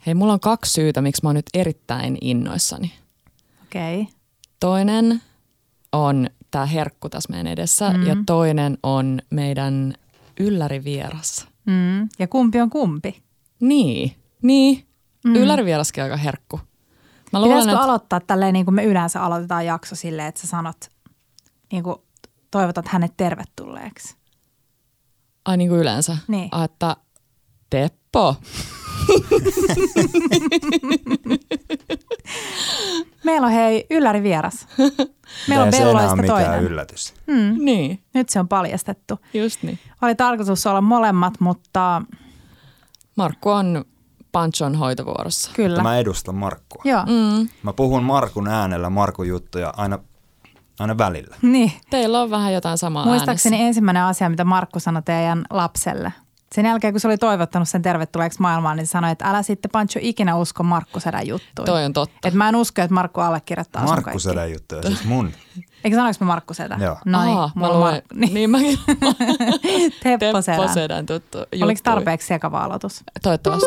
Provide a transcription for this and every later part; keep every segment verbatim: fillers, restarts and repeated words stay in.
Hei, mulla on kaksi syytä, miksi mä oon nyt erittäin innoissani. Okei. Okay. Toinen on tää herkku tässä meidän edessä mm. ja toinen on meidän yllärivieras. Mm. Ja kumpi on kumpi? Niin, niin. Mm. Yllärivieraskin on aika herkku. Mä luulen, Pitäisikö että... aloittaa tälleen niin kuin me yleensä aloitetaan jakso silleen, että sä sanot, niin kuin toivotat hänet tervetulleeksi? Ai niin kuin yleensä? Niin. Ai, että Teppo. Meillä on hei yllärivieras. Meillä on Belloista toinen. Yllätys. Mm. Niin. Nyt se on paljastettu. Just niin. Oli tarkoitus olla molemmat, mutta... Markku on Panchon hoitovuorossa. Kyllä. Mä edustan Markkua. Joo. Mm. Mä puhun Markun äänellä Markun juttuja aina, aina välillä. Niin. Teillä on vähän jotain samaa Muistaakseni äänessä. ensimmäinen asia, mitä Markku sanoi teidän lapselle. Sen jälkeen, kun se oli toivottanut sen tervetulleeksi maailmaan, niin sanoi, että älä sitten Pancho ikinä usko Markku Sedän juttuja. Toi on totta. Että mä en usko, että Markku allekirjoittaa sun kaikki. Markku Sedän juttuja, siis mun. Eikö sanoinko mä Markku Sedä? Joo. No niin, Aha, mä mulla on luen. Markku. Niin. Niin mäkin. Teppo Sedän. Teppo Sedän tuttu juttu. Oliko tarpeeksi sekava aloitus? Toivottavasti.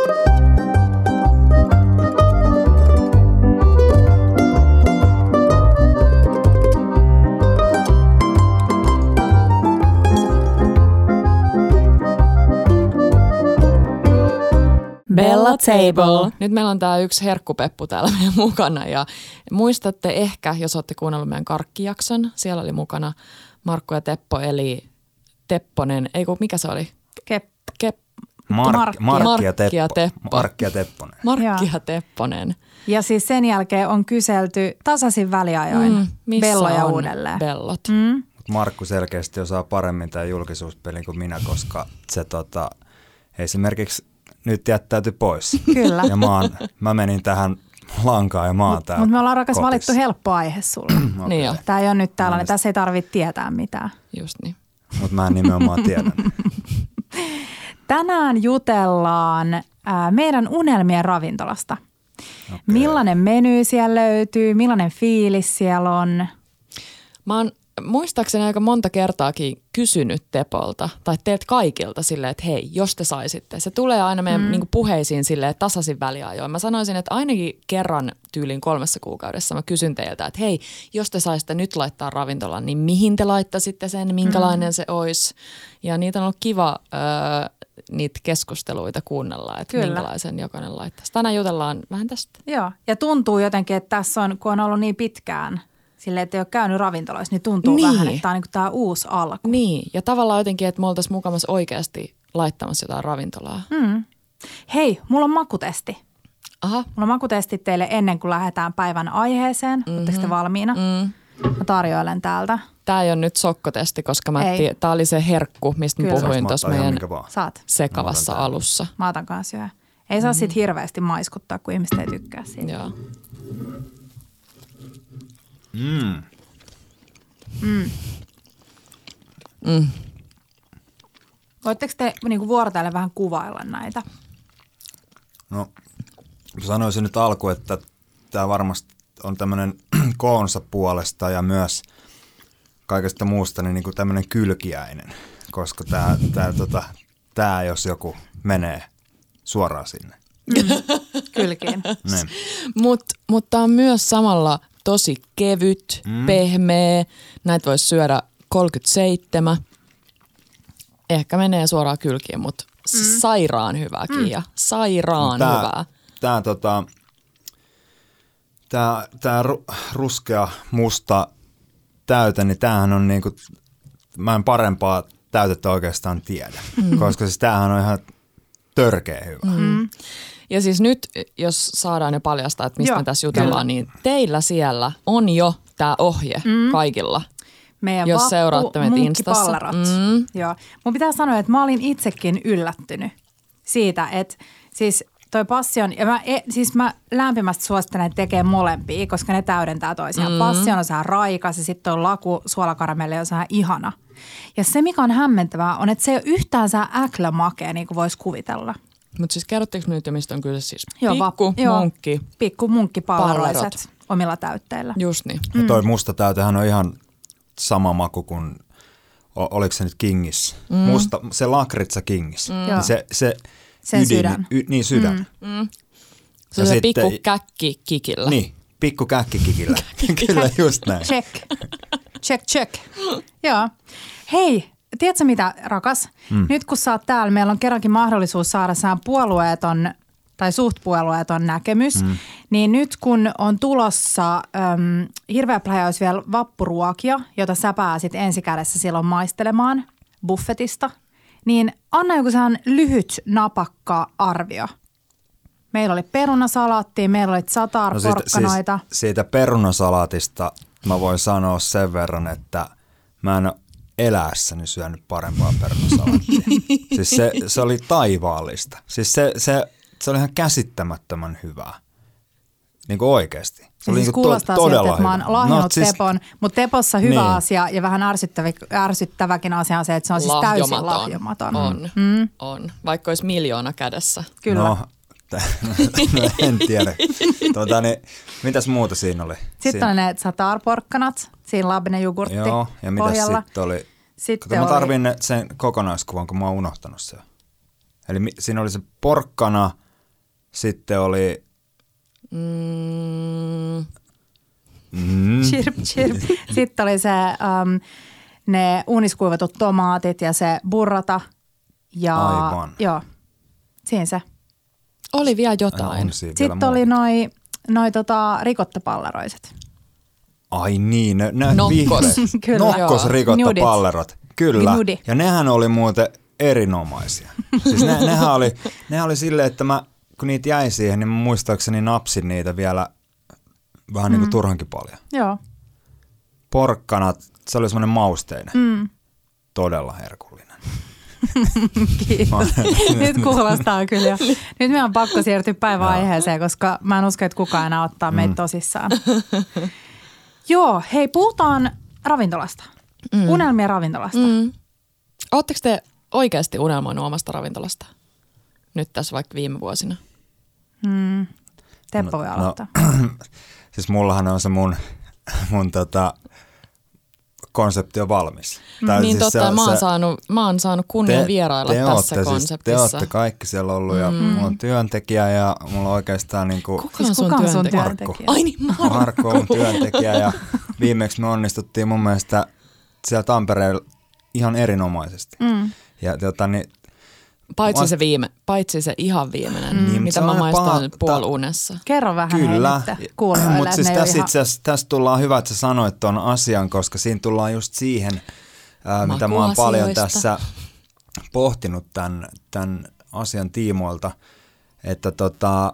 Bella Table. Nyt meillä on tää yksi herkkupeppu täällä meidän mukana ja muistatte ehkä, jos olette kuunnellut meidän karkkijakson, siellä oli mukana Markku ja Teppo eli Tepponen, ei kun mikä se oli? Kep. Kep. Mark, Markki. Markki ja Markki ja Teppo. Teppo. Markki ja Tepponen. Markki ja Tepponen. Ja siis sen jälkeen on kyselty tasaisin väliajoin Mm, missä Belloja on uudelleen. Bellot? Mm. Markku selkeästi osaa paremmin tämän julkisuuspelin kuin minä, koska se tota, esimerkiksi nyt jättäytyi pois. Kyllä. Ja mä, oon, mä menin tähän lankaan ja mä oon täällä Mutta me ollaan rakas kopissa. valittu helppo aihe sulle. Okay. Niin jo, Tämä ei ole nyt tällainen, Mielestä. tässä ei tarvitse tietää mitään. just niin. Mutta mä en nimenomaan tiedä. Tänään jutellaan ää, meidän unelmien ravintolasta. Okay. Millainen meny siellä löytyy, millainen fiilis siellä on. Mä oon muistaakseni aika monta kertaakin kysynyt Tepolta tai teiltä kaikilta silleen, että hei, jos te saisitte. Se tulee aina meidän mm. niin puheisiin silleen tasaisin väliajoin. Mä sanoisin, että ainakin kerran tyylin kolmessa kuukaudessa mä kysyn teiltä, että hei, jos te saisitte nyt laittaa ravintolan, niin mihin te laittaisitte sen, minkälainen mm. se olisi. Ja niitä on ollut kiva öö, niitä keskusteluita kuunnella, että Kyllä. minkälaisen jokainen laittaisi. Tänään jutellaan vähän tästä. Joo, ja tuntuu jotenkin, että tässä on, kun on ollut niin pitkään silleen, että ei ole käynyt ravintoloissa, niin tuntuu Niin. vähän, että tämä on niin tämä uusi alku. Niin, ja tavallaan jotenkin, että me oltaisiin mukamassa oikeasti laittamassa jotain ravintolaa. Mm. Hei, mulla on makutesti. Aha. Mulla on makutesti teille ennen kuin lähdetään päivän aiheeseen. Mm-hmm. Oletteko te valmiina? Mm. Mä tarjoilen täältä. Tämä ei ole nyt sokkotesti, koska mä Ei. tie, tää oli se herkku, mistä mä Kyllä. puhuin Saas tuossa mä ottaa ihan meidän minkä vaan. Saat. sekavassa Mä otan alussa. Mä otan kanssa syö. Ei saa mm-hmm. sit hirveästi maiskuttaa, kun ihmiset ei tykkää siitä. Joo. Mm. Mm. Mm. Voitteko te niinku vuorotellen vähän kuvailla näitä? No, sanoisin nyt alkuun, että tämä varmasti on tämmöinen koonsa puolesta ja myös kaikesta muusta niin kuin tämmöinen kylkiäinen, koska tämä, tämä, tota, tämä jos joku menee suoraan sinne. Mm. Kylkiin. Niin. Mutta mut tää on myös samalla tosi kevyt, mm. pehmeä. Näitä voisi syödä kolmekymmentäseitsemän. Ehkä menee suoraan kylkiin, mutta mm. sairaan hyvääkin mm. ja sairaan tää, hyvää. Tämä tota, tää, tää ru, ruskea musta täyte, niin tämähän on niinku, mä en parempaa täytettä oikeastaan tiedä, mm. koska siis tämähän on ihan törkeä hyvä. Mm. Ja siis nyt, jos saadaan jo paljastaa, että mistä Joo, me tässä jutellaan, kyllä. niin teillä siellä on jo tämä ohje mm. kaikilla. Meidän Jos vappu, seuraatte meitä Instassa. munkkipallerot. Mm. Joo. Mun pitää sanoa, että mä olin itsekin yllättynyt siitä, että siis toi passion, ja mä, e, siis mä lämpimästi suosittelen tekemään molempia, koska ne täydentää toisiaan. Mm. Passion on sehän raikas ja sitten toi laku suolakaramelli on sehän ihana. Ja se, mikä on hämmentävää, on, että se ei ole yhtään sää äklömakea, niin kuin voisi kuvitella. Mutta siis kerrotteko nyt jo, mistä on kyse siis? Joo, Pikku, vap- joo. munkki. Pikku munkkipalleroiset Pallerot. omilla täytteillä. Just niin. Ja toi musta täytehän on ihan sama maku kuin, o, oliko se nyt Kingis? Mm. Musta, se lakritsa Kingis. Mm. Niin se, se Sen ydin, sydän. Y, niin sydän. Mm. Mm. Se on se pikku käkki kikillä. Niin, pikku käkki kikillä. Kyllä, just näin. Check. Check, check. Joo. Hei, tiedätkö mitä, rakas? Mm. Nyt kun sä oot täällä, meillä on kerrankin mahdollisuus saada sään puolueeton tai suht puolueeton näkemys, mm. niin nyt kun on tulossa äm, hirveä pläjäys vielä vappuruokia, jota sä pääsit ensikädessä silloin maistelemaan buffetista, niin anna joku sehän lyhyt napakka arvio. Meillä oli perunasalaattia, meillä oli satar-porkkanoita. No siitä, siis siitä perunasalaatista mä voin sanoa sen verran, että mä en ole eläessäni syönyt parempaa perunasalaattia. Siis se, se oli taivaallista. Siis se, se, se oli ihan käsittämättömän hyvää. Niin kuin oikeasti. Se, se oli siis niin kuin kuulostaa to, todella siltä, että mä oon lahjonnut no, siis, Tepon, mutta Tepossa hyvä niin. asia ja vähän ärsyttävä, ärsyttäväkin asia on se, että se on siis täysin lahjomaton. On, mm. on. Vaikka olisi miljoona kädessä. Kyllä. No, no en tiedä. Tuota, niin, mitäs muuta siinä oli? Sitten siinä... oli ne satar-porkkanat, siinä labne-jogurtti Joo, ja mitäs pohjalla. sitten oli? Sitten mä oli... tarvin sen kokonaiskuvan, kun mä oon unohtanut sen. Eli mi- siinä oli se porkkana, sitten oli... Mm. Mm. Chirp, chirp. Sitten oli se, um, ne uuniskuivatut tomaatit ja se burrata. Ja, Aivan. Joo, siinä se. Oli vielä jotain. Sitten oli noi, noi tota, rikottapalleroiset. Ai niin, ne, ne Nokkos. vihreät. Kyllä. Nokkos rikottapallerot. Kyllä. Gnudi. Ja nehän oli muuten erinomaisia. Siis ne, nehän, oli, nehän oli silleen, että mä, kun niitä jäi siihen, niin mä muistaakseni napsin niitä vielä vähän mm. niin kuin turhankin paljon. Joo. Porkkanat, se oli semmoinen mausteinen. Mm. Todella herkullinen. Kiitos. Nyt kuulostaa kyllä jo. Nyt meidän on pakko siirtyä päivän aiheeseen, koska mä en usko, että kukaan enää ottaa meitä mm. tosissaan. Joo, hei, puhutaan ravintolasta. Mm. Unelmien ravintolasta. Mm. Oletteko te oikeasti unelmoinut omasta ravintolasta? Nyt tässä vaikka viime vuosina. Mm. Teppo voi aloittaa. No, siis mullahan on se mun, mun tota, konsepti on valmis. Tai niin siis totta, se, mä, oon se, saanut, mä oon saanut kunnian te, vierailla te tässä ootte, konseptissa. Siis, te olette kaikki siellä ollut ja mm. mulla on työntekijä ja mulla on oikeastaan niin kuin... Kuka on sun kuka työntekijä? Markku. Ai niin, Markku. Markku on työntekijä ja viimeksi me onnistuttiin mun mielestä siellä Tampereella ihan erinomaisesti. Mm. Ja tota niin... Paitsi, mä... se viime, paitsi se ihan viimeinen, mm. mitä mä maistan puolunessa. Kerro vähän Kyllä, kuulijoille. mutta siis tässä ihan... itse asiassa tässä tullaan hyvä, että sä sanoit tuon asian, koska siinä tullaan just siihen, ää, mitä mä oon paljon tässä pohtinut tämän, tämän asian tiimoilta, että tota,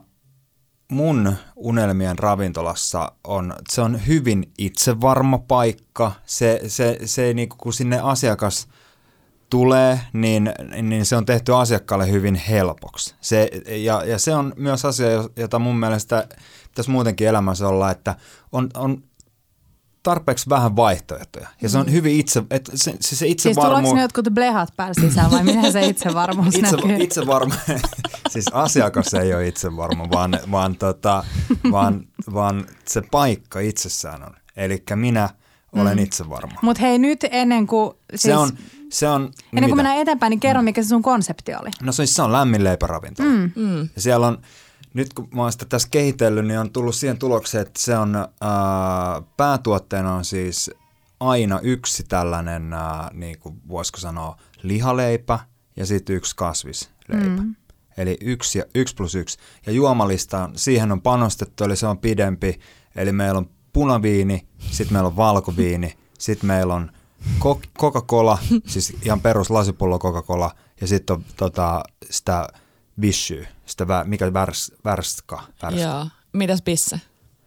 mun unelmien ravintolassa on, se on hyvin itsevarma paikka, se, se, se ei niinku, kun sinne asiakas tulee, niin, niin se on tehty asiakkaalle hyvin helpoksi. Se, ja, ja se on myös asia, jota mun mielestä pitäisi muutenkin elämässä olla, että on, on tarpeeksi vähän vaihtoehtoja. Ja se on hyvin itse, että se, se, se itsevarmuus... Siis tuleeko ne jotkut blehat päällä sisään vai miten se itsevarmuus itse, näkyy? Itsevarma, siis asiakas ei ole itsevarma, vaan, vaan, tota, vaan, vaan se paikka itsessään on. Elikkä minä olen mm. itsevarma. Mutta hei nyt ennen kuin... Siis... Se on... Se on, Ennen kuin mitä? Mennään eteenpäin, niin kerro, mikä se sun konsepti oli. No se, se on lämminleipäravintola. Mm. Mm. Ja siellä on, nyt kun mä oon sitä tässä kehitellyt, niin on tullut siihen tulokseen, että se on, ää, päätuotteena on siis aina yksi tällainen, ää, niin kuin voisiko sanoa, lihaleipä ja sitten yksi kasvisleipä. Mm. Eli yksi, ja, yksi plus yksi. Ja juomalista, siihen on panostettu, eli se on pidempi. Eli meillä on punaviini, sitten meillä on valkoviini, sitten meillä on Coca-Cola, siis ihan perus lasipullo Coca-Cola, ja sitten on tota, sitä vissyä, sitä vä, mikä värs, värska. värska. Joo. Mitäs bisse?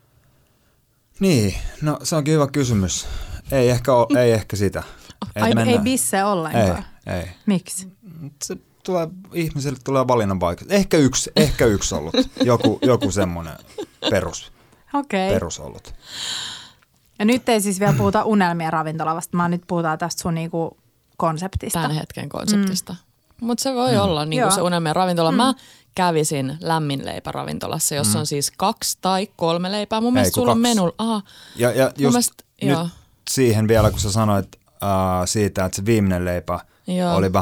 Niin, no se onkin hyvä kysymys. Ei ehkä, ole, ei ehkä sitä. Ai, ei bisse ollenkaan? Ei, ei. Miksi? Se tulee, ihmisille tulee valinnan vaikeus. Ehkä yksi, ehkä yksi ollut. Joku, joku semmoinen perus, okay. perus ollut. Ja nyt ei siis vielä puhuta unelmien ravintolasta, vaan nyt puhutaan tästä sun niinku konseptista. Tämän hetken konseptista. Mm. Mutta se voi mm. olla niinku se unelmien ravintola. Mm. Mä kävisin lämminleipäravintolassa, jossa mm. on siis kaksi tai kolme leipää. Mun mielestä sulla on menulla. Aha. Ja, ja just mielestä, nyt joo. siihen vielä, kun sä sanoit äh, siitä, että se viimeinen leipä joo. oli vähän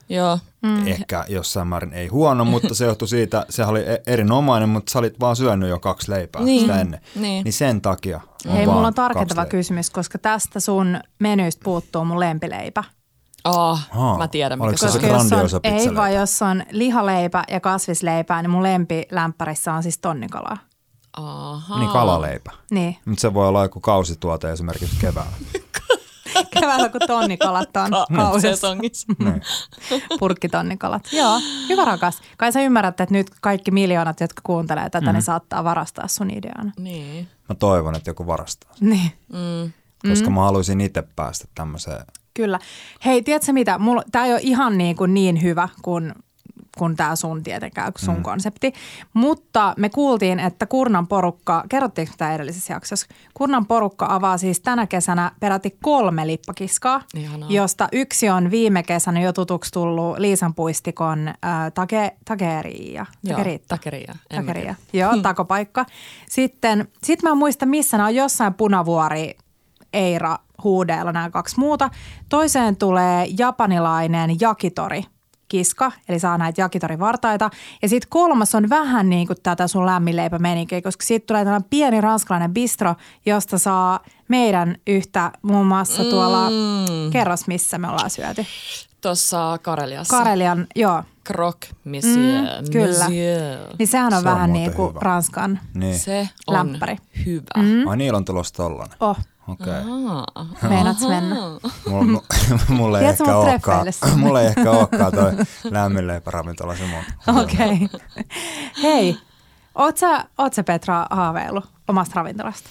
Joo. Mm. Ehkä jossain määrin ei huono, mutta se johtui siitä, se oli erinomainen, mutta sä olit vaan syönyt jo kaksi leipää niin. sitä ennen. Niin. niin sen takia on Hei, vaan mulla on tarkentava kaksi kysymys, koska tästä sun menystä puuttuu mun lempileipä. Oh, Haa, mä tiedän, mikä oliko se se on. se grandiosa pizzaleipä? Ei vaan, jos on lihaleipä ja kasvisleipää, niin mun lempilämpärissä on siis tonnikalaa. Aha. Niin kalaleipä. Niin. Mutta se voi olla joku kausituote esimerkiksi keväällä. Keväällä kun tonnikalat on Ka- kaudessa. sesongissa. niin. Purkkitonnikalat. Joo, hyvä rakas. Kai sä ymmärrät, että nyt kaikki miljoonat, jotka kuuntelee tätä, mm. niin saattaa varastaa sun ideana. Niin. Mä toivon, että joku varastaa. Niin. Mm. Koska mä haluaisin itse päästä tämmöiseen. Kyllä. Hei, tiedätkö mitä? Mulla, tää ei ole ihan niin, kuin niin hyvä kuin, kuin tämä sun tietenkään, kuin sun mm. konsepti. Mutta me kuultiin, että Kurnan porukka, kerrottiinko tämä edellisessä jaksossa? Kurnan porukka avaa siis tänä kesänä peräti kolme lippakiskaa, Ihanaa. josta yksi on viime kesänä jo tutuksi tullut Liisan puistikon äh, take, takeria. Joo, Takeriitta. takeria. Takeria. Joo, takopaikka. Sitten sit mä en muista, missä ne on jossain Punavuori, Eira, Huudeella nämä kaksi muuta. Toiseen tulee japanilainen jakitori kiska, eli saa näitä jakitorivartaita. Ja sitten kolmas on vähän niin kuin tätä sun lämminleipämeninkiä, koska siitä tulee tällainen pieni ranskalainen bistro, josta saa meidän yhtä muun muassa tuolla, mm. kerros missä me ollaan syöty. Tuossa Kareliassa. Karelian, joo. Croque monsieur. Mm, kyllä. Monsieur. Niin sehän on Se on vähän muuten niin kuin hyvä. Ranskan Niin. Se on lämpäri. hyvä. Mm. Ai niillä on tulossa tollanen. Oh, Okei. Okay. meinaat mennä? Mulla, mulla ei Tiedätkö ehkä mun olekaan, treffeille sinne? mulla ei ehkä olekaan toi lämminleipäravintola se mun. Okei. Okay. Hei, oot sä, oot sä Petra haaveillut omasta ravintolasta?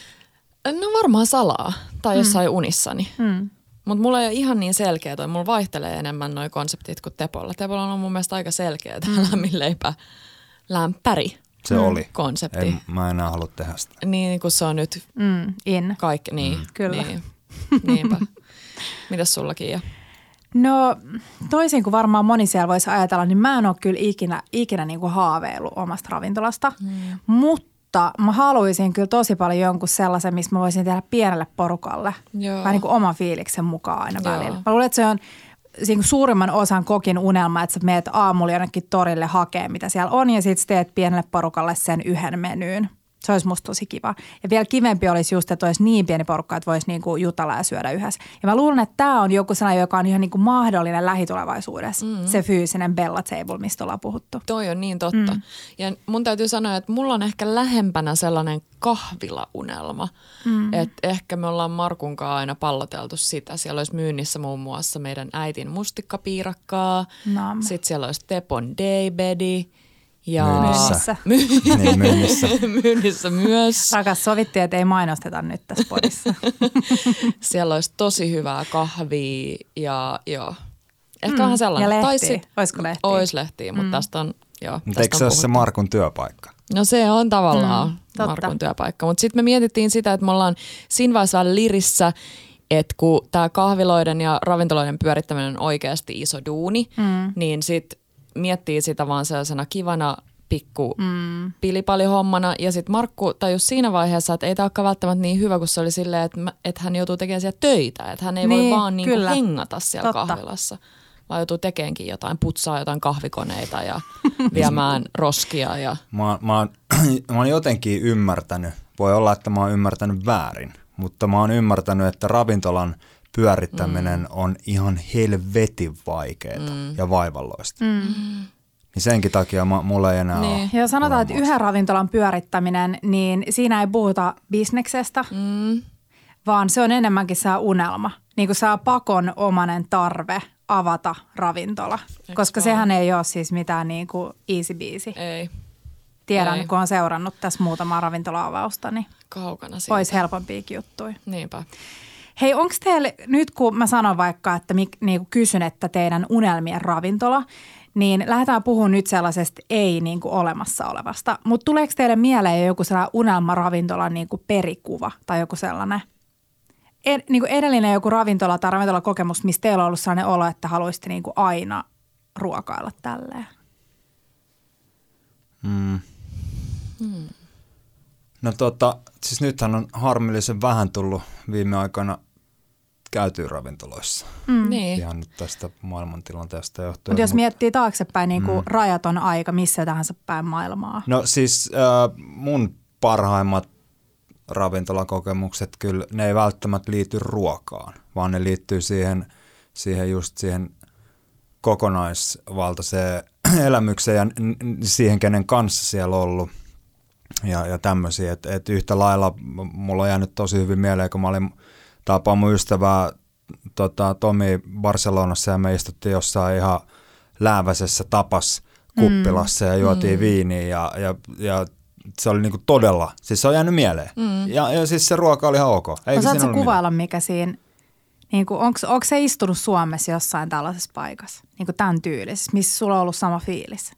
No varmaan salaa tai jossain mm. unissani. Mm. Mutta mulla ei ole ihan niin selkeä toi. Mulla vaihtelee enemmän noi konseptit kuin Tepolla. Tepolla on mun mielestä aika selkeä tämä mm. lämminleipä lämpäri. Se mm. oli. Konsepti. Ei, mä enää halua tehdä sitä. Niin kuin se on nyt Mm, in. kaikki. Niin, Mm. Kyllä. Niin. Niinpä. Mitäs sullakin? Ja? No toisin kuin varmaan moni siellä voisi ajatella, niin mä en ole kyllä ikinä, ikinä niin kuin haaveillut omasta ravintolasta. Mm. Mutta mä haluaisin kyllä tosi paljon jonkun sellaisen, missä mä voisin tehdä pienelle porukalle. Joo. Vai niin kuin oman fiiliksen mukaan aina Joo. välillä. Mä luulen, että se on siinä suurimman osan kokin unelma, että sä meet aamulla jonnekin torille hakee, mitä siellä on, ja sitten teet pienelle porukalle sen yhden menyyn. Se olisi musta tosi kiva. Ja vielä kivempi olisi just, että olisi niin pieni porukka, että voisi niinku jutella ja syödä yhdessä. Ja mä luulen, että tämä on joku sellainen, joka on ihan niinku mahdollinen lähitulevaisuudessa. Mm-hmm. Se fyysinen Bella Table, mistä ollaan puhuttu. Toi on niin totta. Mm. Ja mun täytyy sanoa, että mulla on ehkä lähempänä sellainen kahvilaunelma. Mm. Että ehkä me ollaan Markunkaan aina palloteltu sitä. Siellä olisi myynnissä muun muassa meidän äitin mustikkapiirakkaa. Nam. Sitten siellä olisi Tepon daybedi. Ja Myynnissä. My- Niin, myynnissä. myynnissä myös. Rakas, sovittiin, että ei mainosteta nyt tässä podissa. Siellä olisi tosi hyvää kahvia ja joo. Ehkä Mm, vähän sellainen. ja lehtiä. Tai sit- Olisiko lehtiä? Ois lehtiä, mutta Mm. tästä on, joo. Mutta tästä eikö on se ole se puhuttu. Markun työpaikka? No se on tavallaan Mm, totta. Markun työpaikka. Mutta sitten me mietittiin sitä, että me ollaan siinä vaiheessa vähän lirissä, että kun tämä kahviloiden ja ravintoloiden pyörittäminen on oikeasti iso duuni, Mm. niin sitten miettii sitä vaan sellaisena kivana pikku Mm. pilipalihommana. Ja sitten Markku tajus siinä vaiheessa, että ei tämä olekaan välttämättä niin hyvä, kun se oli silleen, että, mä, että hän joutuu tekemään siellä töitä. Että hän ei Niin, voi vaan niinku kyllä. hengata siellä Totta. kahvilassa, vaan joutuu tekeenkin jotain, putsaa jotain kahvikoneita ja viemään roskia. Ja Mä, mä, oon, mä oon jotenkin ymmärtänyt, voi olla, että mä oon ymmärtänyt väärin, mutta mä oon ymmärtänyt, että ravintolan pyörittäminen mm. on ihan helvetin vaikeaa mm. ja vaivalloista. Mm. Niin senkin takia mä, mulla ei enää Niin. ole. Ja sanotaan, että olemassa. yhden ravintolan pyörittäminen, niin siinä ei puhuta bisneksestä, mm, vaan se on enemmänkin saa unelma. Niin kuin saa pakonomainen tarve avata ravintola, Eks koska vaan? sehän ei ole siis mitään niin kuin easy biisi. ei, Tiedän, ei. kun on seurannut tässä muutamaa ravintola-avausta, niin kaukana siitä. olisi helpompiakin juttuja. Niinpä. Hei, onko teillä, nyt kun mä sanon vaikka, että mik, niin kuin kysyn, että teidän unelmien ravintola, niin lähdetään puhumaan nyt sellaisesta ei niin kuin olemassa olevasta. Mutta tuleeko teille mieleen joku sellainen unelmaravintolan niin kuin perikuva tai joku sellainen? Ed, niin kuin edellinen joku ravintola tai ravintolakokemus, missä teillä on ollut sellainen olo, että haluaisitte niin kuin aina ruokailla tälleen? Mm. Hmm. No tota, siis nythän on harmillisen vähän tullut viime aikoina käytyy ravintoloissa. Mm. Niin. Ihan nyt tästä maailmantilanteesta johtuen. Mutta jos miettii taaksepäin niin kuin mm. rajaton aika missä tahansa päin maailmaa. No siis äh, mun parhaimmat ravintolakokemukset kyllä, ne ei välttämättä liity ruokaan, vaan ne liittyy siihen, siihen just siihen kokonaisvaltaiseen elämykseen ja siihen, kenen kanssa siellä on ollut ja, ja tämmöisiä. Et, et yhtä lailla mulla on jäänyt tosi hyvin mieleen, kun mä olin tapaan mun ystävää tota, Tomi Barcelonassa ja me istuttiin jossain ihan lääväisessä tapas kuppilassa mm. ja juotiin mm. viiniä ja, ja, ja se oli niinku todella, siis se on jäänyt mieleen. Mm. Ja, ja siis se ruoka oli ihan ok. Osaatko kuvailla, mikä siinä, niinku, onko se istunut Suomessa jossain tällaisessa paikassa, niinku tämän tyylisessä, missä sulla on ollut sama fiilis?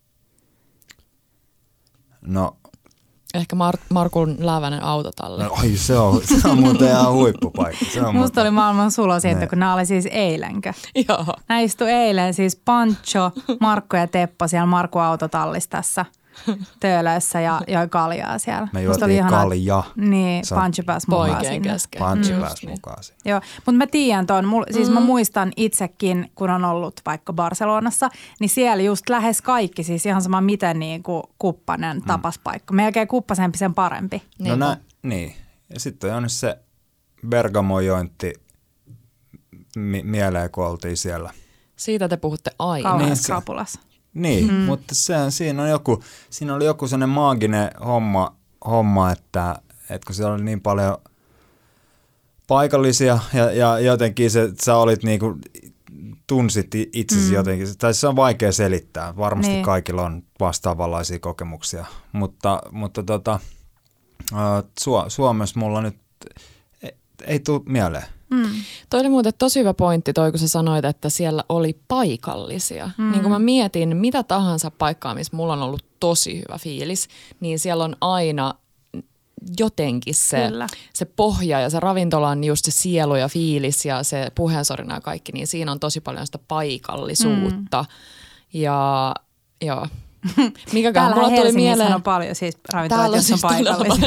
No. Ehkä Mar- Markun lääväinen autotalli. No, oi, se on, se on muuten ihan huippupaikka. Se on Musta muuten... oli maailman sulo siitä, kun nämä oli siis eilenkö. Joo. Nämä istui eilen siis Pancho, Markku ja Teppo siellä Markku autotallissa tässä Töölössä ja joi kaljaa siellä. Me juotiin kaljaa. Niin, Pancho pääsi mukaan sinne. Pancho mm. pääsi mukaan sinne. Joo, mutta mä tiedän tuon, siis mm. mä muistan itsekin, kun on ollut vaikka Barcelonassa, niin siellä just lähes kaikki, siis ihan sama miten niin kuin kuppanen mm. tapaspaikka. Melkein kuppasempi sen parempi. No niin, nä, niin. Ja sitten on se Bergamo-jointti mi- mieleen, kun oltiin siellä. Siitä te puhutte aina. Kauheassa krapulassa. Niin, mm. mutta se, siinä, on joku, siinä oli joku sellainen maaginen homma, homma että, että kun siellä oli niin paljon paikallisia ja, ja jotenkin se, sä olit niinku, tunsit itsesi mm. jotenkin, tai se on vaikea selittää, varmasti niin. Kaikilla on vastaavanlaisia kokemuksia, mutta, mutta tota, Su- Suomessa mulla nyt ei, ei tule mieleen. Mm. Toi oli muuten tosi hyvä pointti toi, kun sä sanoit, että siellä oli paikallisia. Mm. Niin kun mä mietin mitä tahansa paikkaa, missä mulla on ollut tosi hyvä fiilis, niin siellä on aina jotenkin se, se pohja ja se ravintolan just se sielu ja fiilis ja se puheensorina ja kaikki, niin siinä on tosi paljon sitä paikallisuutta. Mm. Ja joo. Mikäkään mulla tuli mieleen. On paljon siis ravintolat, jos on siis paikallisia.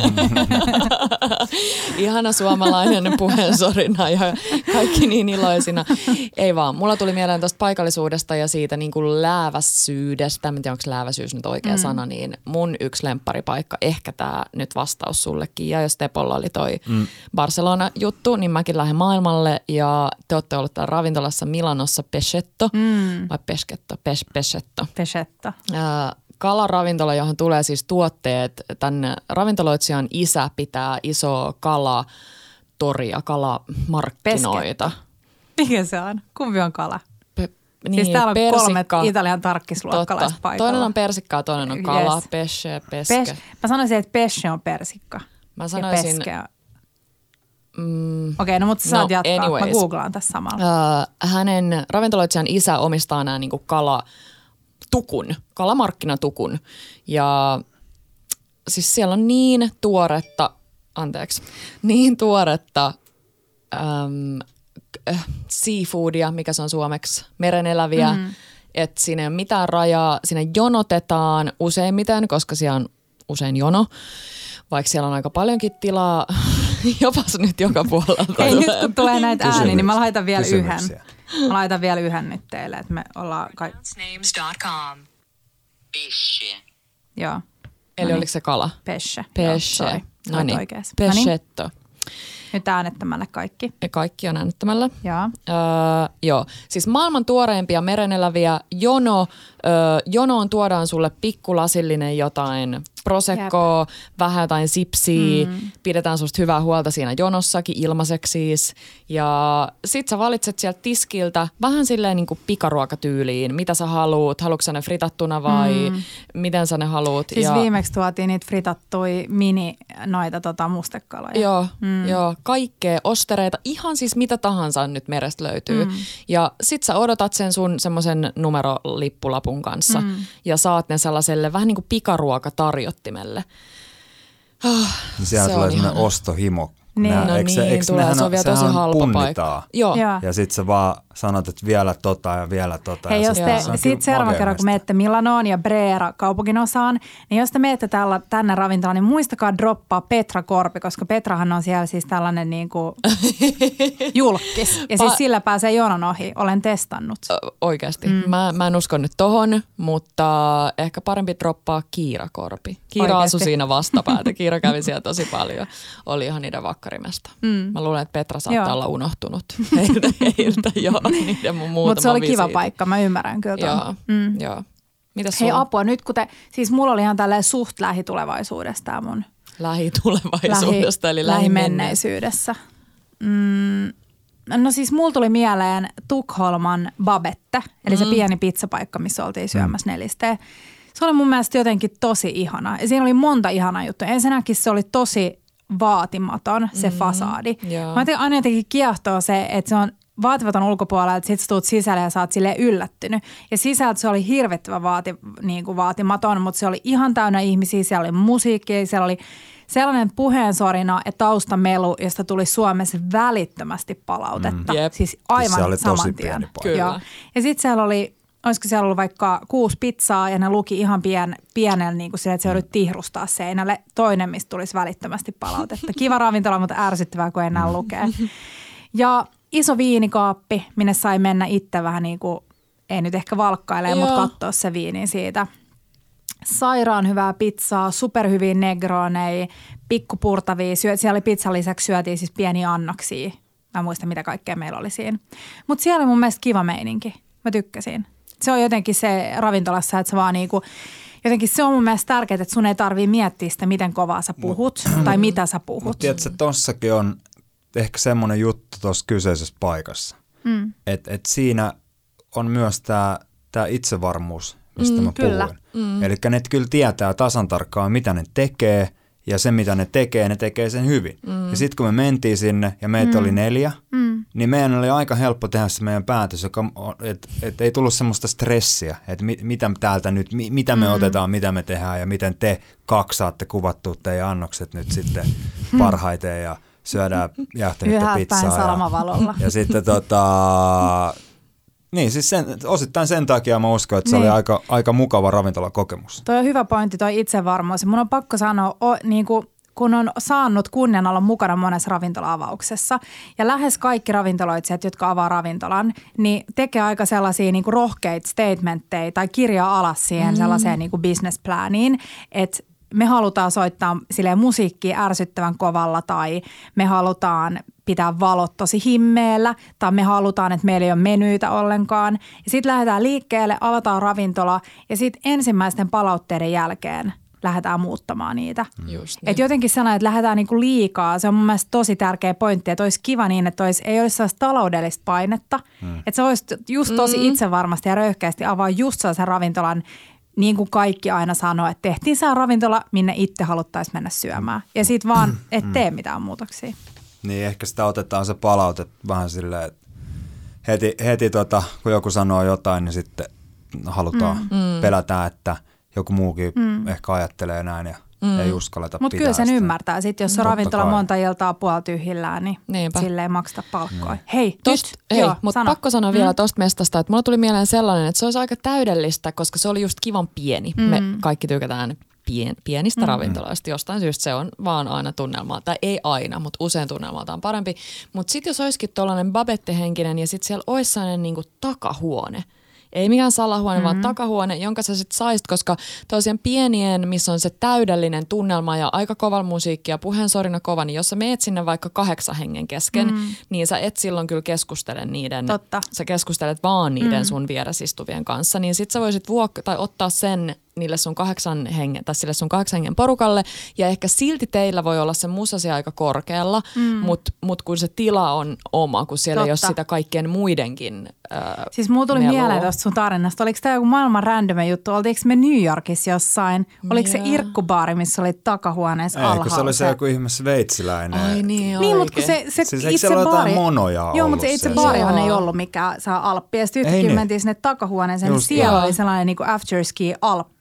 Ihana suomalainen puheensorina ja kaikki niin iloisina. Ei vaan, mulla tuli mieleen tuosta paikallisuudesta ja siitä niin kuin lääväsyydestä. Mä en tiedä, onko lääväsyys nyt oikea mm. sana, niin mun yksi lempparipaikka, ehkä tämä nyt vastaus sullekin. Ja jos Tepolla oli toi mm. Barcelona-juttu, niin mäkin lähden maailmalle ja te olette ollut täällä ravintolassa Milanossa Pescetto mm. vai Peschetto? Pes, Pescetto. Pescetto. Uh, kalaravintola, johon tulee siis tuotteet. Tämän ravintoloitsijan isä pitää isoa kalatoria, kalamarkkinoita. Pescetto. Mikä se on? Kumpi on kala? Pe- niin, siis täällä on persikka. kolme Italian tarkkisluokkalaista paikalla. Toinen on persikkaa, toinen on kala, yes. pesce, peske. Pes- mä sanoisin, että pesce on persikka. Mä sanoisin... Mm, Okei, okay, no mutta sä saat no, jatkaa. Anyways. Mä googlaan tässä samalla. Uh, hänen ravintoloitsijan isä omistaa nämä niinku kala... tukun, kalamarkkinatukun ja siis siellä on niin tuoretta, anteeksi, niin tuoretta äm, äh, seafoodia, mikä se on suomeksi, mereneläviä, mm. että siinä ei ole mitään rajaa, siinä jonotetaan useimmiten, koska siellä on usein jono, vaikka siellä on aika paljonkin tilaa, jopa nyt joka puolelta. Ei, nyt kun tulee näitä ääniä, niin mä laitan vielä yhden. Mä laitan vielä yhden nyt teille, että me ollaan kaikki. Pesce. Joo. Eli no oliko se kala? Pesce. Pesce. No niin. Pescetto. Nyt äänettämällä kaikki. Ja kaikki on äänettämällä. Joo. Öö, joo. Siis maailman tuoreimpia mereneläviä. Jono, öö, jonoon tuodaan sulle pikkulasillinen jotain proseccoa, vähän jotain sipsiä. Mm. Pidetään susta hyvää huolta siinä jonossakin ilmaiseksi siis. Ja sit sä valitset sieltä tiskiltä vähän silleen niin kuin pikaruokatyyliin. Mitä sä haluut? Haluatko sä ne fritattuna vai mm. miten sä ne haluut? Siis ja viimeksi tuotiin niitä fritattui mini noita tota mustekaloja. Joo, mm. joo. Kaikkea ostereita. Ihan siis mitä tahansa nyt merestä löytyy. Mm. Ja sit sä odotat sen sun semmoisen numerolippulapun kanssa. Mm. Ja saat ne sellaiselle vähän niin kuin pikaruokatarjottimelle. Oh, niin siellä tulee semmoinen ostohimo Niin. Nää, No eikö se, niin, eikö tulee, nehän, se on vielä tosi sehän halpa punnitaan. paikka. Joo. Joo. Ja sit sä vaan sanot, että vielä tota ja vielä tota. Hei, ja jos se, te se on sit kyllä seuraavan kerran, kun makeamista. menette Milanoon ja Brera kaupunginosaan, niin jos te menette tällä, tänne ravintolaan, niin muistakaa droppaa Petra Korpi, koska Petrahan on siellä siis tällainen niin kuin julkis. Ja siis sillä pääsee jonon ohi. Olen testannut. Oikeasti. Mm. Mä, mä en usko nyt tohon, mutta ehkä parempi droppaa Kiira Korpi. Kiira Oikeasti. asui siinä vastapäätä. Kiira kävi siellä tosi paljon. Oli ihan niiden vakkarimesta. Mm. Mä luulen, että Petra saattaa Joo. olla unohtunut heiltä, heiltä jo niiden mun muutama Mutta se oli kiva visiitti. paikka, mä ymmärrän kyllä ton. Joo, mm. joo. Mitäs Hei sulla? apua, nyt kun te, siis mulla oli ihan tälleen suht lähitulevaisuudesta tää mun Lähitulevaisuudesta, eli lähimenneisyydessä. Mm, no siis mulla tuli mieleen Tukholman Babette, eli se Mm. pieni pizzapaikka, missä oltiin syömässä nelisteen. Se oli mun mielestä jotenkin tosi ihana. Ja siinä oli monta ihanaa juttua. Ensinnäkin se oli tosi vaatimaton, se mm. fasaadi. Joo. Mä jotenkin aina jotenkin kiehtoo se, että se on vaatimaton ulkopuolella, että sit sä tuut sisälle ja sä oot silleen yllättynyt. Ja sisältä se oli hirvittävän vaati, niin kuin vaatimaton, mutta se oli ihan täynnä ihmisiä. Siellä oli musiikkia, siellä oli sellainen puheensorina ja taustamelu, josta tuli Suomessa välittömästi palautetta. Mm. Jep. Siis aivan Se oli tosi saman tien. pieni paikka. Kyllä. Joo. Ja sitten siellä oli, olisiko siellä ollut vaikka kuusi pizzaa ja ne luki ihan pien, pienellä niin kuin sille, että se joudut tihrustaa seinälle. Toinen, mistä tulisi välittömästi palautetta. Kiva ravintola, mutta ärsyttävää, kun ei enää lukee. Ja iso viinikaappi, minne sai mennä itse vähän niin kuin, ei nyt ehkä valkkailemaan, mutta katsoa se viini siitä. Sairaan hyvää pizzaa, superhyviä negroneja, pikkupurtavia. Syö, siellä oli pizzan lisäksi syötiin siis pieniä annoksia. Mä en muista, mitä kaikkea meillä oli siinä. Mutta siellä oli mun mielestä kiva meininki. Mä tykkäsin. Se on jotenkin se ravintolassa, että sä vaan niinku, jotenkin se on mun mielestä tärkeää, että sun ei tarvii miettiä sitä, miten kovaa sä puhut tai mitä sä puhut. Mutta tiedätkö, tossakin on ehkä semmoinen juttu tuossa kyseisessä paikassa, mm. että et siinä on myös tämä tää itsevarmuus, mistä mm, mä kyllä. puhuin. Mm. Eli ne kyllä tietää tasan tarkkaan, mitä ne tekee, ja se, mitä ne tekee, ne tekee sen hyvin. Mm. Ja sitten kun me mentiin sinne, ja meitä mm. oli neljä, mm. niin meidän oli aika helppo tehdä se meidän päätös, että et ei tullut semmoista stressiä, että mit, mitä täältä nyt, mi, mitä me mm. otetaan, mitä me tehdään, ja miten te kaksi saatte kuvattua teidän annokset nyt sitten parhaiten, ja syödään jäähtynyttä pizzaa. Yhä päin salamavalolla. Ja, ja sitten tota... Niin, siis sen, osittain sen takia mä uskon, että se niin. oli aika, aika mukava ravintolakokemus. Toi on hyvä pointti, toi itsevarmuus. Mun on pakko sanoa, o, niin kuin, kun on saanut kunnian olla mukana monessa ravintola-avauksessa ja lähes kaikki ravintoloitsijat, jotka avaa ravintolan, niin tekee aika sellaisia niin kuin rohkeita statementteja tai kirjaa alas siihen mm. sellaiseen niin kuin business-planiin, että me halutaan soittaa silleen musiikkia ärsyttävän kovalla tai me halutaan pitää valot tosi himmeellä tai me halutaan, että meillä ei ole menyitä ollenkaan. Ja sitten lähdetään liikkeelle, avataan ravintola ja sitten ensimmäisten palautteiden jälkeen lähdetään muuttamaan niitä. Just niin. Että jotenkin sellainen, että lähdetään niinku liikaa, se on mun mielestä tosi tärkeä pointti, että olisi kiva niin, että olisi, ei olisi sellaista taloudellista painetta. Mm. Että se olisi just tosi mm. itsevarmasti ja röyhkeästi avaa just sellaisen ravintolan, niin kuin kaikki aina sanoo, että tehtiin se ravintola, minne itse haluttaisiin mennä syömään. Ja sitten vaan, et tee mitään muutoksia. Niin ehkä sitä otetaan se palaute vähän silleen, että heti, heti tota, kun joku sanoo jotain, niin sitten halutaan, mm. pelätään, että joku muukin mm. ehkä ajattelee näin ja mm. ei uskalleta Mutta kyllä sen sitä ymmärtää. Sitten jos on ravintola monta iltaa puolella tyhjillään, niin Niinpä. Sille ei makseta palkkoja. Mm. Hei, Tost, nyt. hei, Joo, mutta sano. pakko sanoa mm. vielä tuosta mestasta, että mulla tuli mieleen sellainen, että se olisi aika täydellistä, koska se oli just kivan pieni. Mm. Me kaikki tykätään pien, pienistä mm. ravintoloista. Jostain syystä se on vaan aina tunnelmaa, tai ei aina, mutta usein tunnelmalta on parempi. Mutta sitten jos olisikin tuollainen babette-henkinen ja sitten siellä olisi sellainen niinku takahuone, ei mikään salahuone, mm-hmm. vaan takahuone, jonka sä sitten saisit, koska tosiaan pienien, missä on se täydellinen tunnelma ja aika kova musiikki ja puheensorina kova, niin jos sä meet sinne vaikka kahdeksan hengen kesken, mm-hmm. niin sä et silloin kyllä keskustele niiden, Totta. sä keskustelet vaan niiden mm-hmm. sun vieressä istuvien kanssa, niin sit sä voisit vuok- tai ottaa sen niille sun kahdeksan hengen, tai sille sun kahdeksan hengen porukalle, ja ehkä silti teillä voi olla se musasia aika korkealla, mm. mutta mut kun se tila on oma, kun siellä Totta. ei ole sitä kaikkien muidenkin äh, Siis mulla tuli melua. mieleen tuosta sun tarinasta. Oliko tämä joku maailman random juttu? Oltiinko me New Yorkissa jossain? Oliko se irkkubaari, missä oli takahuoneessa ei, alhaalla? Ei, kun se oli se joku ihme sveitsiläinen. Ai niin, niin mutta kun se, se siis itse baari... baari... monoja Joo, mutta se itse baarihan Joo. ei ollut mikään saa alppi. Ja sitten yhtäkkiä mentiin sinne takahuoneeseen, niin siellä joo. oli sellainen niin kuin afterski alppi.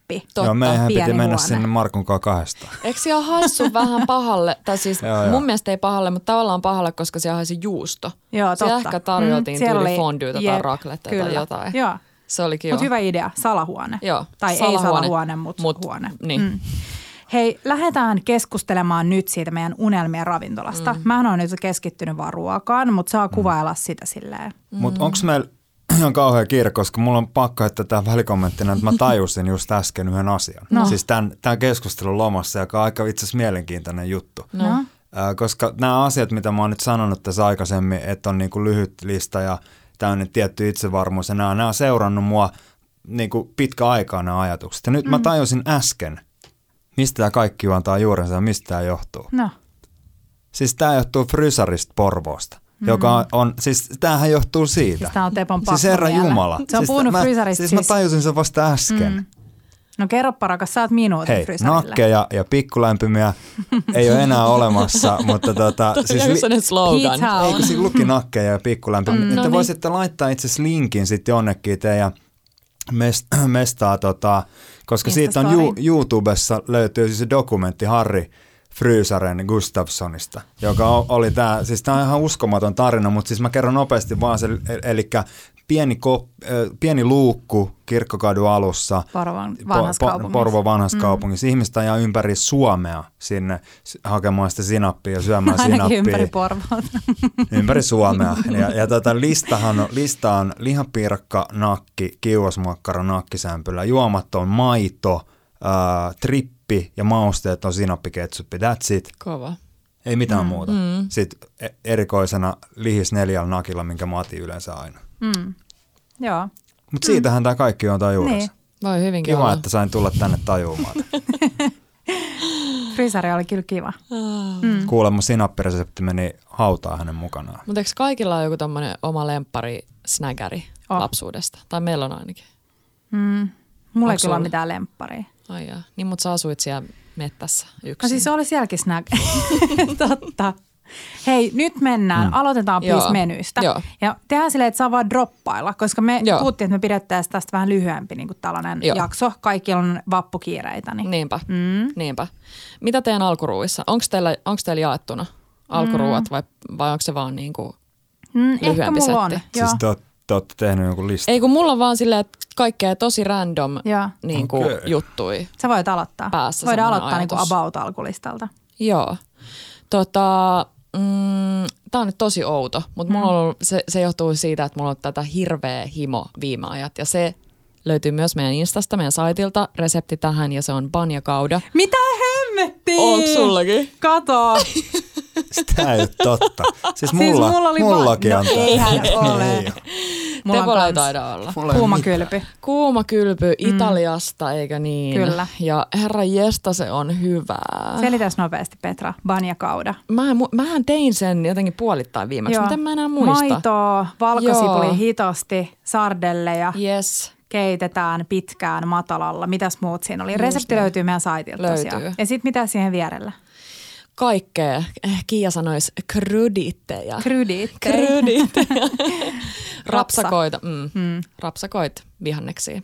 nappi. Totta. Joo, meidän Pieni piti mennä huone. sinne Markun kanssa kahdestaan. Eikö siellä haissu vähän pahalle? Tai siis Joo, joo. mun mielestä ei pahalle, mutta tavallaan pahalle, koska siellä haisi juusto. Joo, Siellä totta. ehkä tarjoltiin siellä tyyli oli- fondyytä tai jep, racletta kyllä. tai jotain. Joo. Se oli kiva. Mutta hyvä idea, salahuone. Joo, Tai ei salahuone, salahuone, mutta mut, huone. niin. Mm. Hei, lähdetään keskustelemaan nyt siitä meidän unelmien ravintolasta. Mm. Mähän olen nyt keskittynyt vaan ruokaan, mutta saa kuvailla sitä silleen. Mm. Mutta onko meillä ihan kauhea kiire, koska mulla on pakko heittää tämä välikommenttina, että mä tajusin just äsken yhden asian. No. Siis tämän, tämän keskustelun lomassa, joka on aika itse asiassa mielenkiintoinen juttu. No. No. Äh, koska nämä asiat, mitä mä oon nyt sanonut tässä aikaisemmin, että on niinku lyhyt lista ja tämmöinen tietty itsevarmuus, ja nämä, nämä on seurannut mua niinku pitkä aikaa nämä ajatukset. Ja nyt mm. mä tajusin äsken, mistä tämä kaikki juontaa juurensa ja mistä tämä johtuu. No. Siis tämä johtuu Frysarista Porvoosta, mm. joka on, on, siis tämähän johtuu siitä. Siis tää on Tepon Siis Herra pakkomiele. Jumala. Se on siis puhunut mä, Frysarista siis, siis. mä tajusin sen vasta äsken. Mm. No kerropa rakas, sä oot minuutin Hei, Frysarille. nakkeja ja pikkulämpimiä ei ole enää olemassa, mutta tota... Siis li- sellainen slogan. Pizza. Ei, kun siinä luki nakkeja ja pikkulämpimiä. Mm, no te niin. voisitte laittaa itse asiassa linkin sitten jonnekin teidän mest- mestaa, tota, koska siitä on ju- YouTubessa löytyy siis se dokumentti Harry Frysaren Gustafssonista, joka o- oli tämä, siis tämä on ihan uskomaton tarina, mutta siis mä kerron nopeasti vaan se, eli pieni, ko- pieni luukku Kirkkokadun alussa, Porvon vanhassa po- kaupungissa. Porvon vanhassa Mm. kaupungissa. Ihmistä ajaa ympäri Suomea sinne s- hakemaan sitä sinappia ja syömään Ainakin sinappia. ympäri Porvoota. Ympäri Suomea. Ja, ja tota, listahan on, lista on lihapiirakka, nakki, kiuasmakkara, nakkisämpylä, juomat on maito, ää, trippi ja mausteet on sinappiketsuppi. That's it. Kova. Ei mitään Mm. muuta. Mm. Sitten e- erikoisena lihis neljällä nakilla, minkä mä otin yleensä aina. Mm. Joo. Mutta siitähän tämä kaikki on juurensa. Niin. Voi hyvinkin Kiva, olla. että sain tulla tänne tajumaan. Frysari oli kyllä kiva. Mm. Kuulemma sinappiresepti meni hautaan hänen mukanaan. Mutta eikö kaikilla ole joku tommonen oma lemppari snägäri Oh. lapsuudesta? Tai meillä on ainakin. Mm. Mulla ei Onks kyllä sulla? ole mitään lempparia. Ai jaa. Niin, mutta sä asuit siellä mettässä yksin. No siis se oli sielläkin snack. Totta. Hei, nyt mennään. Mm. Aloitetaan Joo. please menystä. Joo. Ja tehdään silleen, että saa vaan droppailla, koska me Joo. puhuttiin, että me pidettäisiin tästä vähän lyhyempi niin kuin tällainen Joo. jakso. Kaikilla on vappukiireitä. Niin. Niinpä, Mm. niinpä. Mitä teidän alkuruuissa? Onko teillä, onko teillä jaettuna alkuruuat vai, vai onko se vaan niinku Mm, ehkä lyhyempi mulla on. setti? Joo. Siis te, oot- te olette tehnyt jonkun listan. Ei kun mulla on vaan silleen, että kaikkea tosi random Joo. niinku Okei. juttui. Sä voit aloittaa. Päässä Voidaan semmoinen aloittaa niin kuin ajatus. about alkulistalta. Joo. Tota, mm, tää on nyt tosi outo, mutta mulla on ollut, se, se johtuu siitä, että mulla on tätä hirveä himo viime ajat. Ja se löytyy myös meidän Instasta, meidän saitilta, resepti tähän ja se on banjakauda. Mitä hemmettiä? Onko sullakin? Kato. Sitä ei ole totta. Siis Siis mulla, mulla oli mullakin va- on. no eihän ole. Ei oo. Mulla on Tepolla ei kans taida olla. Mulla ei kuuma mitään. kylpy. Kuuma kylpy Italiasta, eikö niin? Kyllä. Ja herra jesta, se on hyvää. Selitäs nopeasti, Petra. Banjakauda. Mähän, mu- mähän tein sen jotenkin puolittain viimeksi, Joo. mutta en mä enää muista. Maitoa, valkosipuli Joo. hitosti, sardelleja. Yes. Keitetään pitkään matalalla. Mitäs muut siinä oli? Just Resepti niin. löytyy meidän saitilta Löytyy. tosiaan. Ja sitten mitä siihen vierellä? Kaikkea. Eh, Kiia sanoisi kryditteja. Krydit. Kryditteja. Rapsa. Rapsakoita. Mm. Mm. Rapsakoit vihanneksia.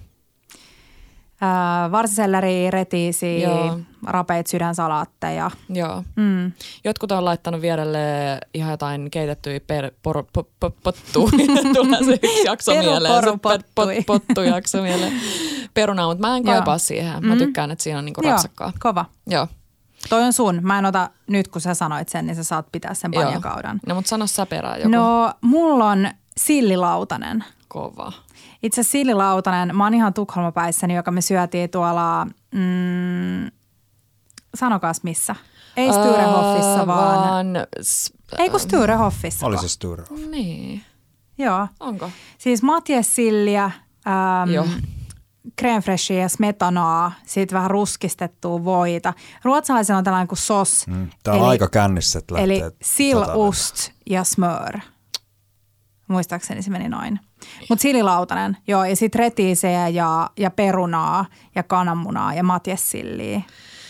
Äh, varsiselleri, retiisi, Joo. rapeit sydänsalaatteja. Joo. Mm. Jotkut on laittanut vierelle ihan jotain keitettyjä per, por, po, po, pottuja. Tulee se yksi jakso Peru, mieleen. poru, Se per, pottui. pot, pottu jakso mieleen. Perunaa, mutta mä en Joo. kaipaa siihen. Mä Mm. tykkään, että siinä on niinku Joo, rapsakkaa. kova. Joo. Toi on sun. Mä en ota, nyt kun sä sanoit sen, niin sä saat pitää sen Joo. banjakaudan. No mutta sano sä perään joku. No, mulla on sillilautanen. Kova. Itse asiassa sillilautanen, mä oon ihan Tukholmapäissäni, joka me syötiin tuolla, mm, sanokaas missä. Ei Sturehoffissa, Öö, vaan, vaan s- ei kun Sturehoffissa. Oli se Sture. Niin. Joo. Onko? Siis matjessilliä, ähm, Joo. crème fraichea ja smetanaa, sitten vähän ruskistettua voita. Ruotsalaisilla on tällainen kuin sos. Mm. Tää on Eli- aika kännissä, että lähtee. Eli sillust ja smör. Muistaakseni se meni noin. Mutta sililautanen, joo. Ja sitten retiisejä ja, ja perunaa ja kananmunaa ja matjessilliä.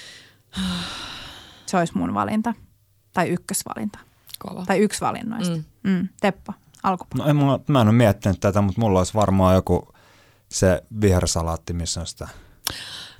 Se olisi mun valinta. Tai ykkösvalinta. Kova. Tai yksi valinnoista. Mm. Mm. Mm. Teppo, alkupuoli. No ei mulla, mä en ole miettinyt tätä, mutta mulla olisi varmaan joku se vihersalaatti, missä on sitä.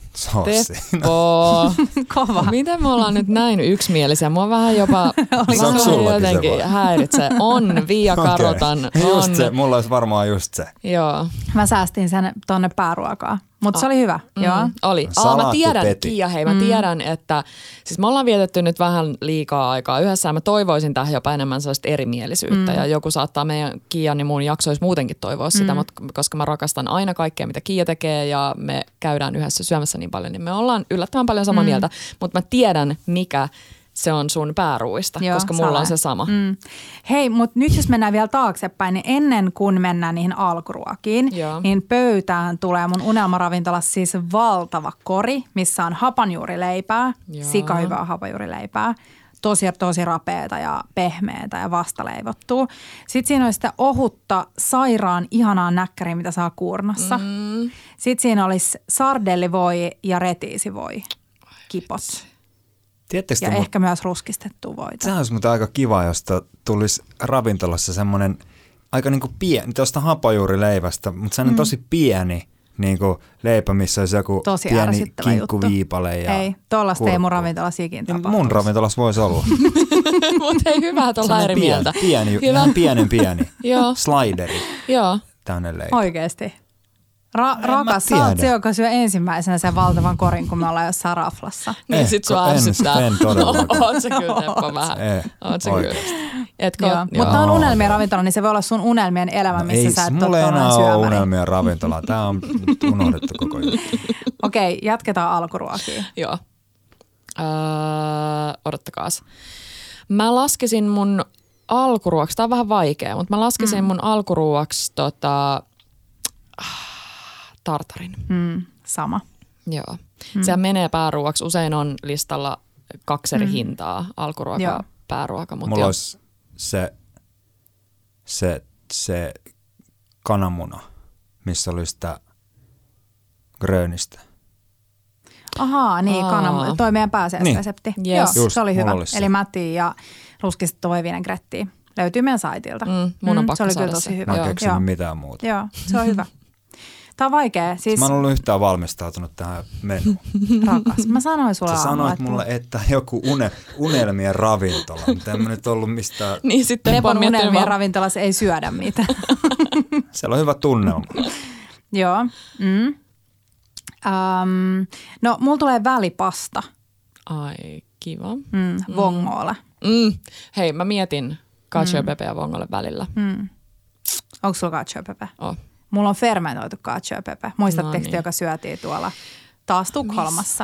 Sossi. Teppo. Kova. Miten me ollaan nyt näin yksimielisiä? Mua vähän jopa vähän jotenkin häiritsee. On, Via Karotan. Okay. On. Just se, mulla olisi varmaan just se. Joo. Mä säästin sen tonne pääruokaan, mutta ah. se oli hyvä. Mm, Joo. Oli. Aa, mä tiedän, Kiia, hei, mä mm. tiedän, että siis me ollaan vietetty nyt vähän liikaa aikaa yhdessä ja mä toivoisin tähän jopa enemmän sellaista erimielisyyttä mm. ja joku saattaa meidän Kiian ja mun jaksoissa muutenkin toivoa sitä, mm. mutta koska mä rakastan aina kaikkea, mitä Kiia tekee ja me käydään yhdessä syömässä niin paljon, niin me ollaan yllättävän paljon samaa mm. mieltä, mutta mä tiedän, mikä se on sun pääruuista, Joo, koska mulla sale. on se sama. Mm. Hei, mutta nyt jos mennään vielä taaksepäin, niin ennen kuin mennään niihin alkuruokiin, Joo. niin pöytään tulee mun unelmaravintolassa siis valtava kori, missä on hapanjuurileipää, sikahyvää hapanjuurileipää, tosi, tosi rapeata ja pehmeätä ja vastaleivottua. Sitten siinä on sitä ohutta, sairaan ihanaa näkkäriä, mitä saa kuurnassa. Mm. Sitten siinä olisi sardellivoi ja retiisivoi kipot. Tiedättekö ja te, ehkä myös ruskistettua voita. Sehän olisi muuten aika kiva, jos tulisi ravintolassa semmoinen aika niinku pieni, tuosta hapajuurileivästä, mutta sellainen mm. tosi pieni niinku leipä, missä olisi joku tosi pieni kinkkuviipale ja ei, tuollaista ei mun ravintolassa ikinä tapahtuisi. Mun ravintolassa voisi olla. Mutta ei hyvä, että ollaan eri pieni, mieltä. Pieni, ihan pienen pieni. Joo. Slideri. Joo. Täynnä leipä. Oikeesti. Ra- rakas, sä oot se, joka syö ensimmäisenä sen valtavan korin, kun me ollaan jossain raflassa. Niin sit sua ärsyttää. En todellakaan. Oot sä kyllä, Teppo, vähän. Ei, Oot sä kyllä. Etkö, joo. Mutta on unelmien ravintola, niin se voi olla sun unelmien elämä, missä ei, sä et mulla ei enää ole ole unelmien ravintola. Tää on unohdettu koko juttu. Okei, okay, jatketaan alkuruokia. Joo. Öö, odottakaas. Mä laskisin mun alkuruoksi, tää on vähän vaikea, mutta mä laskisin mm. mun alkuruoksi tota... tartarin. Mm, sama. Joo. Mm. Sehän menee pääruoaksi. Usein on listalla kaksi eri mm. hintaa, alkuruoka ja pääruoka. Mutta mulla jo. olisi se, se, se kananmuna, missä oli sitä grönistä. Ahaa, niin Aa. kananmuna. Toi meidän pääsiäisresepti. Niin. Yes. Joo, Just, se oli hyvä. Oli se. Eli mättiä ja ruskistettu voi vinegrettiä. Löytyy meidän saitilta. Mm, mun on mm, pakko se oli saada kyllä tosi se. hyvä. Mä en keksinyt mitään muuta. Joo, se on hyvä. Tämä on vaikea. Siis... Mä en ollut yhtään valmistautunut tähän menuun. Rakas, mä sanoin sulle Sä sanoit että... mulle, että joku une, unelmien ravintola, mutta en mä nyt ollut mistään... Niin sitten Tepon unelmien vaan... ravintolassa ei syödä mitään. Siellä on hyvä tunnelma. Joo. Mm. Um, no, mulla tulee välipasta. Ai, kiva. Mm, vongolle. Mm. Hei, mä mietin cacio e pepe ja vongolle välillä. Mm. Onko sulla cacio e pepe? Oh. Mulla on fermentoitu cacio e pepe. Muistatteko, no niin. joka syötiin tuolla taas Tukholmassa?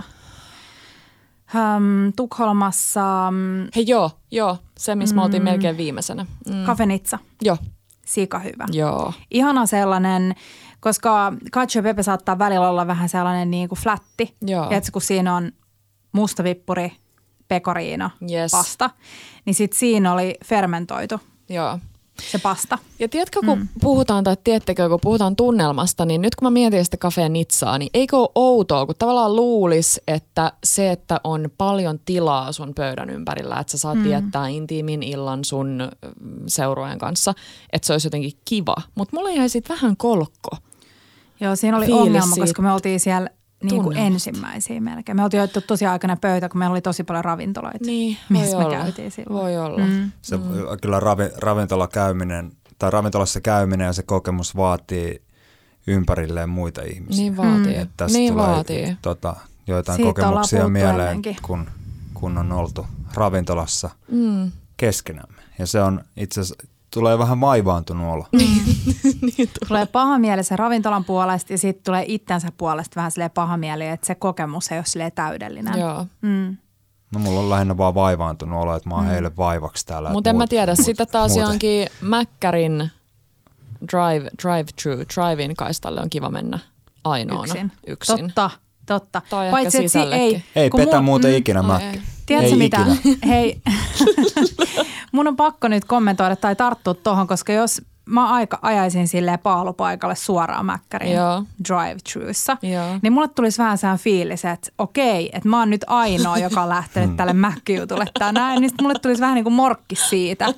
Um, Tukholmassa... Um, Hei joo, joo. Se, missä mm, me oltiin melkein viimeisenä. Mm. Kafenitsa. Joo. Sika hyvä. Joo. Ihana sellainen, koska cacio e pepe saattaa välillä olla vähän sellainen niin kuin flätti. Joo. Tiedätkö, kun siinä on mustavippuri, pecorino, yes. pasta, niin sitten siinä oli fermentoitu. Joo. Se pasta. Ja tiedätkö, kun mm. puhutaan, tai tiedättekö, kun puhutaan tunnelmasta, niin nyt kun mä mietin sitä Café-Nizzaa, niin eikö ole outoa, kun tavallaan luulisi, että se, että on paljon tilaa sun pöydän ympärillä, että sä saat mm. viettää intiimin illan sun seurueen kanssa, että se olisi jotenkin kiva. Mutta mulla jäi sitten vähän kolkko. Joo, siinä oli Fiilis ongelma, siitä. Koska me oltiin siellä niin kuin ensimmäisiä melkein. Me oltiin joettu tosi aikana pöytä, kun meillä oli tosi paljon ravintoloita, niin, missä me olla. käytiin silloin. Voi olla. Mm. Se, mm. Kyllä ravi, ravintola käyminen, tai ravintolassa käyminen ja se kokemus vaatii ympärilleen muita ihmisiä. Niin vaatii. Että tästä niin tulee vaatii. Tota, joitain Siitä kokemuksia mieleen, ennenkin. kun, kun on oltu ravintolassa mm. keskenämme. Ja se on itse asiassa, tulee vähän vaivaantunut olo. niin tulee paha mieli se ravintolan puolesta ja sitten tulee itsensä puolesta vähän silleen paha mieli, että se kokemus ei ole silleen täydellinen. Joo. Mm. No mulla on lähinnä vaan vaivaantunut olo, että mä oon mm. heille vaivaksi täällä. Mutta en mä tiedä, muut, sitä taas muuten. johonkin Mäkkärin drive, drive-thru, drive-in kaistalle on kiva mennä ainoana. Yksin. Yksin. Totta, totta. Tai Paitsi, ehkä sisällekin. Ei, ei petä mun, muuten mm, ikinä oh, Mäkkä. Tiedätkö ei mitä? Ikinä. Hei, mun on pakko nyt kommentoida tai tarttua tuohon, koska jos mä aika ajaisin silleen paalupaikalle suoraan Mäkkärin drive-thruissa, niin mulle tulisi vähän sehän fiilis, että okei, että mä oon nyt ainoa, joka on lähtenyt tälle Mäkki-jutulle tänään, niin mulle tulisi vähän niin kuin morkkis siitä,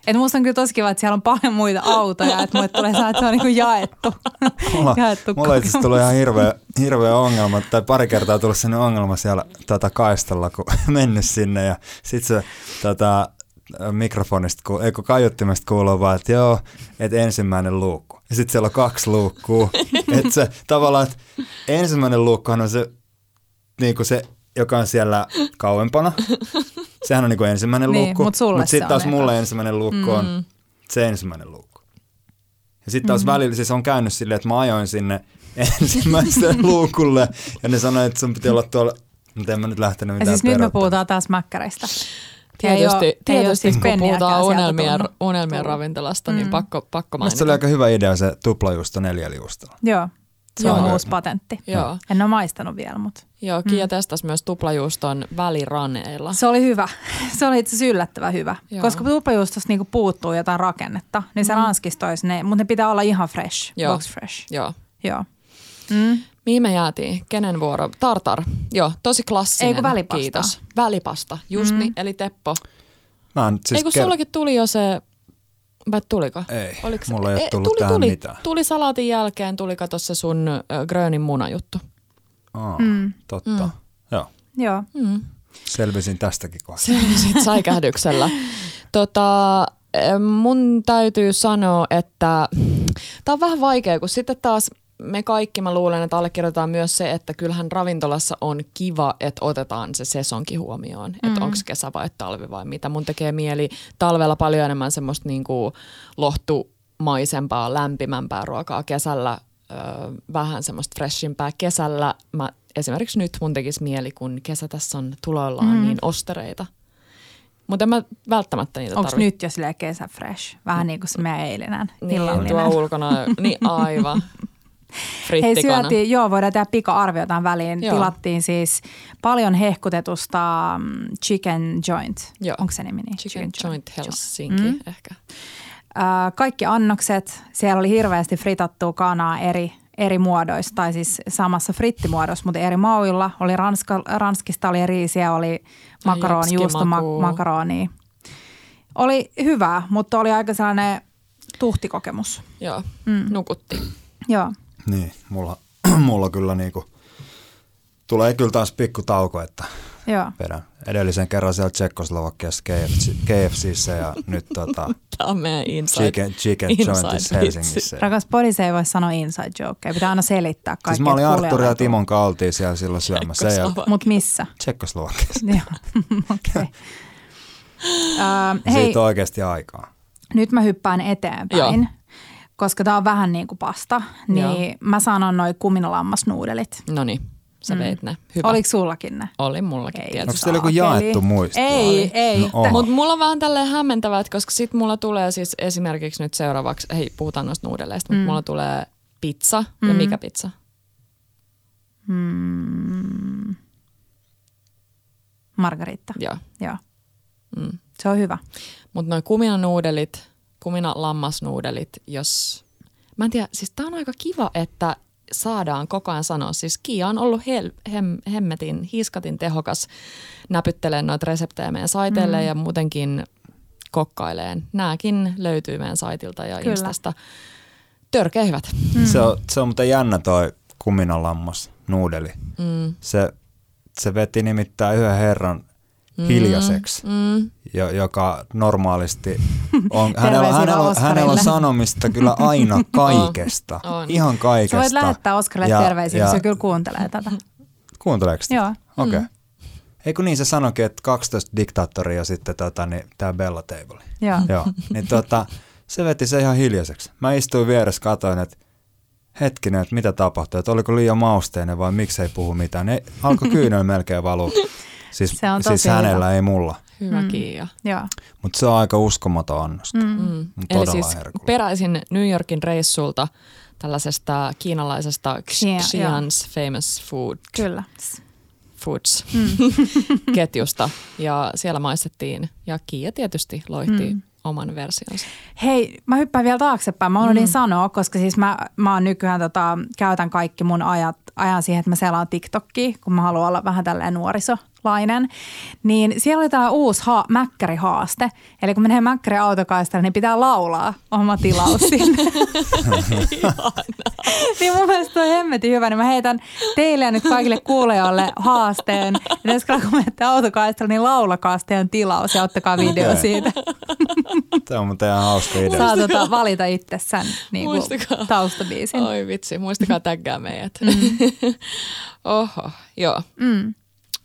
Et musta on kyllä tosi kiva, että siellä on paljon muita autoja, että mulle tulee saa, että se on niinku jaettu. Mulla, jaettu mulla itse tullut ihan hirveä, hirveä ongelma, tai pari kertaa tullut sinne ongelma siellä tota, kaistalla, kun mennyt sinne ja sit se tota, mikrofonista, ku, ei kun kaiuttimesta kuuluu vaan, että joo, että ensimmäinen luukku. Ja sit siellä on kaksi luukkua. Että se tavallaan, että ensimmäinen luukkuhan on se, niinku se, joka on siellä kauempana. Sehän on niinku ensimmäinen niin, luukku. Mutta Mut sitten taas eka. mulle ensimmäinen luukku on mm. se ensimmäinen luukku. Ja sitten taas mm-hmm. välillä siis on käynyt silleen, että mä ajoin sinne ensimmäiselle luukulle ja ne sanoi, että sun piti olla tuolla, mutta en mä nyt lähtenyt mitään ja siis perottaa. nyt me puhutaan taas mäkkäreistä. Tietysti, ei tietysti ole, kun puhutaan unelmien, tullut. unelmien ravintolasta, niin Mm. pakko, pakko mainita. Mielestäni se oli aika hyvä idea se tuplajuusto neljäliustolla. Joo, se Joo. on uusi patentti. Joo, En ole maistanut vielä, mutta Joo Kiia mm. testasi myös tuplajuuston väliraneilla. se oli hyvä. Se oli itse asiassa yllättävän hyvä. Joo. Koska tuplajuustosta niinku puuttuu jotain rakennetta, niin se mm. ranskistoisi ne, mutta ne pitää olla ihan fresh, Joo. box fresh. Joo. Joo. Mm. Mihin me jäätiin? Kenen vuoro? Tartar. Joo, tosi klassinen. Ei kun välipasta. Kiitos. Välipasta, just mm. niin, eli Teppo. Mä oon siis Ei kun ker- sullakin tuli jo se, vai tuliko? Ei, Oliko se- mulla ei ole Eh, tullut tuli, tähän tuli, mitään. Tuli salaatin jälkeen, tuli kato se sun äh, Grönin munajuttu. Aa, Mm. totta. Mm. Joo, Joo. Mm. selvisin tästäkin kohdasta. Selvisit säikähdyksellä. Tota, mun täytyy sanoa, että tää on vähän vaikea, kun sitten taas me kaikki, mä luulen, että allekirjoitetaan myös se, että kyllähän ravintolassa on kiva, että otetaan se sesonki huomioon. Mm-hmm. Että onko kesä vai talvi vai mitä. Mun tekee mieli talvella paljon enemmän semmoista niinku lohtumaisempaa, lämpimämpää ruokaa. Kesällä ö, vähän semmoista freshimpää. Kesällä mä esimerkiksi nyt mun tekisi mieli, kun kesä tässä on tuloillaan mm-hmm. niin ostereita. Mutta en mä välttämättä niitä Onko tarvitse. nyt jo silleen kesä fresh? Vähän niin kuin se meidän eilinen Niin, illallinen. tuo ulkona, niin aivan. Hei, Frittikana. syötiin, joo, voidaan tehdä pika-arvio tämän väliin. Joo. Tilattiin siis paljon hehkutetusta mm, chicken joint. Joo. Onko se nimi niin? Chicken Joint Helsinki Mm. ehkä. Äh, kaikki annokset, siellä oli hirveästi fritattua kanaa eri, eri muodoissa, tai siis samassa frittimuodossa, mutta eri mauilla. Oli ranska, ranskista, oli riisiä, oli makaroni, Jakskimakuu. juustomakaroni. Oli hyvä, mutta oli aika sellainen tuhtikokemus. Joo, Mm. nukutti. Joo. Niin, mulla, mulla kyllä niinku, tulee kyllä taas pikku tauko, että Joo. vedän edellisen kerran siellä Tsekkoslovakiassa K F C:ssä ja nyt tota, Tämä on meidän inside. Chicken, chicken inside Jointissa vitsi. Helsingissä. Rakas Bodis ei voi sanoa inside joke. Pitää aina selittää kaikki. Siis mä olin Arturi ja Timon kanssa oltiin siellä silloin syömässä. Se ei ole Mutta missä? Tsekkoslovakiassa. Joo, okei. Hei, Siitä on oikeasti aikaa. nyt mä hyppään eteenpäin, Joo. koska tää on vähän niin kuin pasta. Niin Joo. mä sanon noi kuminalammasnuudelit. No niin, sä veit ne. Hyvä. Oliko sullakin ne? Oli mullakin Ei. tietysti. Onko teillä joku Saakeli. jaettu muisto? Ei, Oli. ei. No on. Mutta mulla on vähän tälleen hämmentävää, että koska sit mulla tulee siis esimerkiksi nyt seuraavaksi, hei puhutaan noista nuudeleista, mutta Mm. mulla tulee pizza. Ja Mm. mikä pizza? Mm. Margarita. Joo. Joo. Mm. Se on hyvä. Mutta noi kumina-nuudelit, kumina-lammasnuudelit, jos... Mä en tiedä, siis tää on aika kiva, että saadaan koko ajan sanoa. Siis Kiia on ollut hel, hem, hemmetin, hiiskatin tehokas näpyttelemään noita reseptejä meidän saiteille mm. ja muutenkin kokkaileen. Nääkin löytyy meidän saitilta ja Kyllä. Instasta. Törkeä hyvät. Mm. Se, on, se on muuten jännä toi kuminalammas nuudeli. Mm. Se, se veti nimittäin yhden herran hiljaiseksi, Mm. jo, joka normaalisti on, hänellä, Terveisiä hänellä, on, Oskarille. hänellä on sanomista kyllä aina kaikesta, On. ihan kaikesta. Sä voit lähettää Oskarille Ja- terveisiä, ja- kun se kyllä kuuntelee tätä. Kuunteleeko sitä? Joo. Okei. Okay. Mm. Ei kun niin se sanoikin, että kaksitoista diktaattoria ja sitten tota, niin, tämä Bella Table. Joo. Joo, niin tota, se veti se ihan hiljaiseksi. Mä istuin vieressä, katoin, että hetkinen, että mitä tapahtui, että oliko liian mausteinen vai miksei puhu mitään. Ne alkoi kyynel melkein valua. Siis, Se on tosi siis hänellä hyvä. ei mulla. Hyvä Mm. Kiia. Joo. Mutta se on aika uskomaton annosta. Mm. Mm. Eli Eli siis herkullinen. peräisin New Yorkin reissulta tällaisesta kiinalaisesta Xia, Xi'an's Famous Food Kyllä. Foods Mm. ketjusta ja siellä maistettiin ja Kiia tietysti loihti Mm. oman versionsa. Hei, mä hyppään vielä taaksepäin. Mä unohdin Mm. sanoa, koska siis mä, mä oon nykyään tota, käytän kaikki mun ajat, ajan siihen, että mä selaan TikTokia, kun mä haluan olla vähän tälleen nuoriso. lainen, niin siellä oli tämä uusi ha- mäkkärihaaste. Eli kun menee mäkkäri autokaistalle, niin pitää laulaa oma tilaus sinne. Niin mun mielestä toi hemmetin hyvä, niin mä heitän teille ja nyt kaikille kuulijoille haasteen. Että kun menette autokaistalle, niin laulakaa teidän tilaus ja ottakaa video okay. siitä. Tämä on muuten ihan hauska idea. Saa tota valita itse sen niin taustabiisin. Oi vitsi, muistakaa täggää meidät. Mm. Oho, joo. Mm.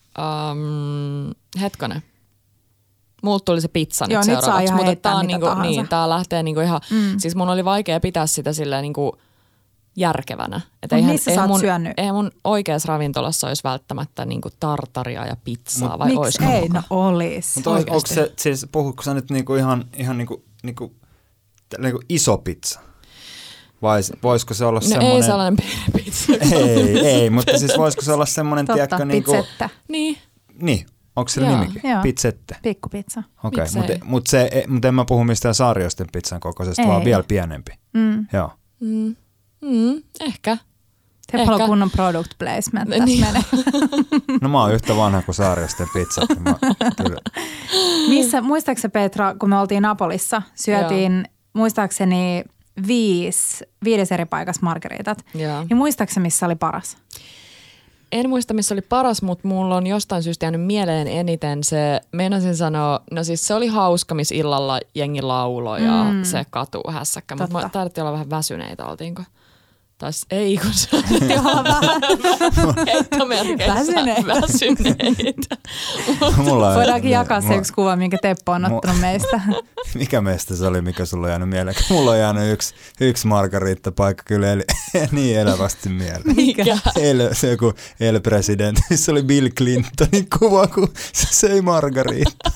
Um, hetkonen. Muut tuli se pizza nyt joo, seuraavaksi. Nyt saa mutta tää, on niinku, niin, tää lähtee niinku ihan, mm. siis mun oli vaikea pitää sitä silleen niinku järkevänä. Et eihän, missä eihän sä oot mun, syönyt? Eihän mun oikeassa ravintolassa olisi välttämättä niinku tartaria ja pizzaa, Mut vai miksi olisiko ei? mukaan? No olis. Mutta onko se, siis puhutko sä nyt niinku ihan, ihan niinku, niinku, niinku iso pizza? Vai voisiko se olla no semmoinen? ei sellainen perhepizza. ei, ei, mutta siis voisiko se olla semmoinen, Totta, niinku, pizzetta. Niin. Niin, onko se Joo. nimikin? Joo. Pizzette. Pikkupizza. Okei, Miksei? mutta mut se, mut en mä puhu mistään Saariosten pizzan kokoisesta, Ei. vaan vielä pienempi. Mm. Joo. Mm. Mm, ehkä. Teppolla Ehkä. kunnon product placement tässä Niin. menee. No mä oon yhtä vanha kuin Saariosten pizzat. Niin mä, kyllä. Missä, muistaakseni Petra, kun me oltiin Napolissa, syötiin muistaakseni viisi, viides eri paikassa margaritat. Joo. Niin muistaakseni missä oli paras? En muista, missä oli paras, mutta mulla on jostain syystä jäänyt mieleen eniten se, meinasin sanoa, no siis se oli hauska, missä illalla jengi lauloi ja Mm. se katuhässäkkä, mutta Totta. me taidettiin olla vähän väsyneitä, oltiinko? Tai s- ei, kun se Joo, vähän. heittomerkeissä Väsyneitä. väsyneitä. Mulla on- Voidaankin jakaa se mulla- yksi kuva, minkä Teppo on ottanut meistä. Mikä meistä se oli, mikä sulla on jäänyt mieleen? Mulla on jäänyt yksi, yksi margariittapaikka kyllä eli, niin elävästi mieleen. Mikä? El, se joku El President, missä oli Bill Clintonin kuva, kun se söi margariitta.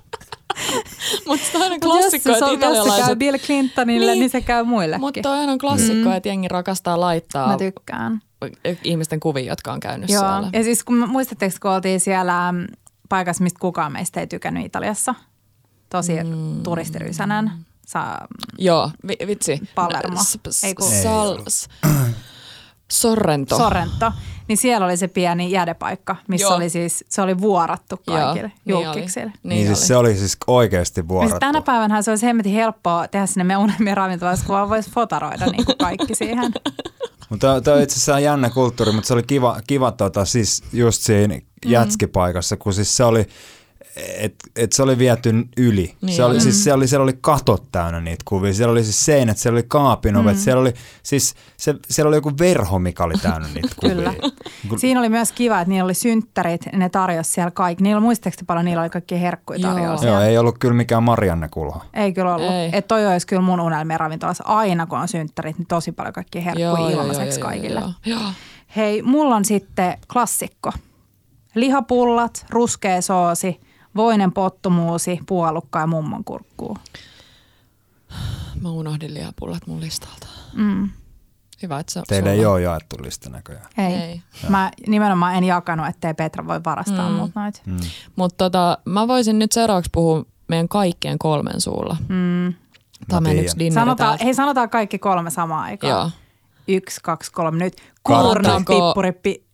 Mutta se on aina Mut jos klassikko, se, että jos se käy italialaiset... Bill Clintonille, niin, Niin. niin se käy muillekin. Mutta toi on klassikko, Mm. että jengi rakastaa laittaa Mä tykkään. ihmisten kuvia, jotka on käynyt Joo, siellä. ja siis kun muistatteko, kun oltiin siellä mm, paikassa, mistä kukaan meistä ei tykännyt Italiassa. Tosi mm. turistirysänen. Saa, Joo, vi- vitsi. Palermo. S- s- Ei kun- Sal- s- Sorrento. Sorrento. Niin siellä oli se pieni jädepaikka, missä Joo. oli siis, se oli vuorattu kaikille Joo, julkiksille. Niin, Niin, oli. siis se oli siis oikeasti Siis vuorattu. tänä päivänä se olisi hemmetin helppoa tehdä sinne meidän unelmien ravintolassa, kun vaan voisi fotaroida niin kuin kaikki siihen. Mutta tämä on itse asiassa jännä kulttuuri, mutta se oli kiva, kiva tota, siis just siinä jätskipaikassa, kun siis se oli, että et se oli viety yli. Niin se oli, oli. siis siellä oli, siellä oli katot täynnä niitä kuvia, siellä oli siis seinät, siellä oli kaapinovet, siellä oli siis se, siellä oli joku verho, mikä oli täynnä niitä kuvia. Kyllä. Kun- Siinä oli myös kiva, että niillä oli synttärit, ne tarjosi siellä kaikki. Niillä muistatteko te paljon, niillä oli kaikki herkkuja Joo. tarjolla Joo, siellä. ei ollut kyllä mikään Marianne Kulho. Ei kyllä ollut. Ei. Että toi olisi kyllä mun unelmien ravintolassa aina, kun on synttärit, niin tosi paljon kaikkia herkkuja Joo, joo, ilmaiseksi joo, kaikille. Joo, joo. Hei, mulla on sitten klassikko. Lihapullat, ruskea soosi, voinen pottumuusi, puolukka ja mummon kurkkuu. Mä unohdin lihapullat mun listalta. Mm. Hyvä, että se Teille ei sulla- ole jaettu lista näköjään. Ei. Ei. Mä nimenomaan en jakanut, ettei Petra voi varastaa Mm. mm. mut noit. Mm. Mutta tota, mä voisin nyt seuraavaksi puhua meidän kaikkien kolmen suulla. Mm. Tämä on meidän tiedän. yksi dinneri Sanotaan, täältä. hei, sanotaan kaikki kolme samaan aikaan. Joo. Yksi, kaksi, kolme, nyt. Karkki. Kuurna, pippuri, pi...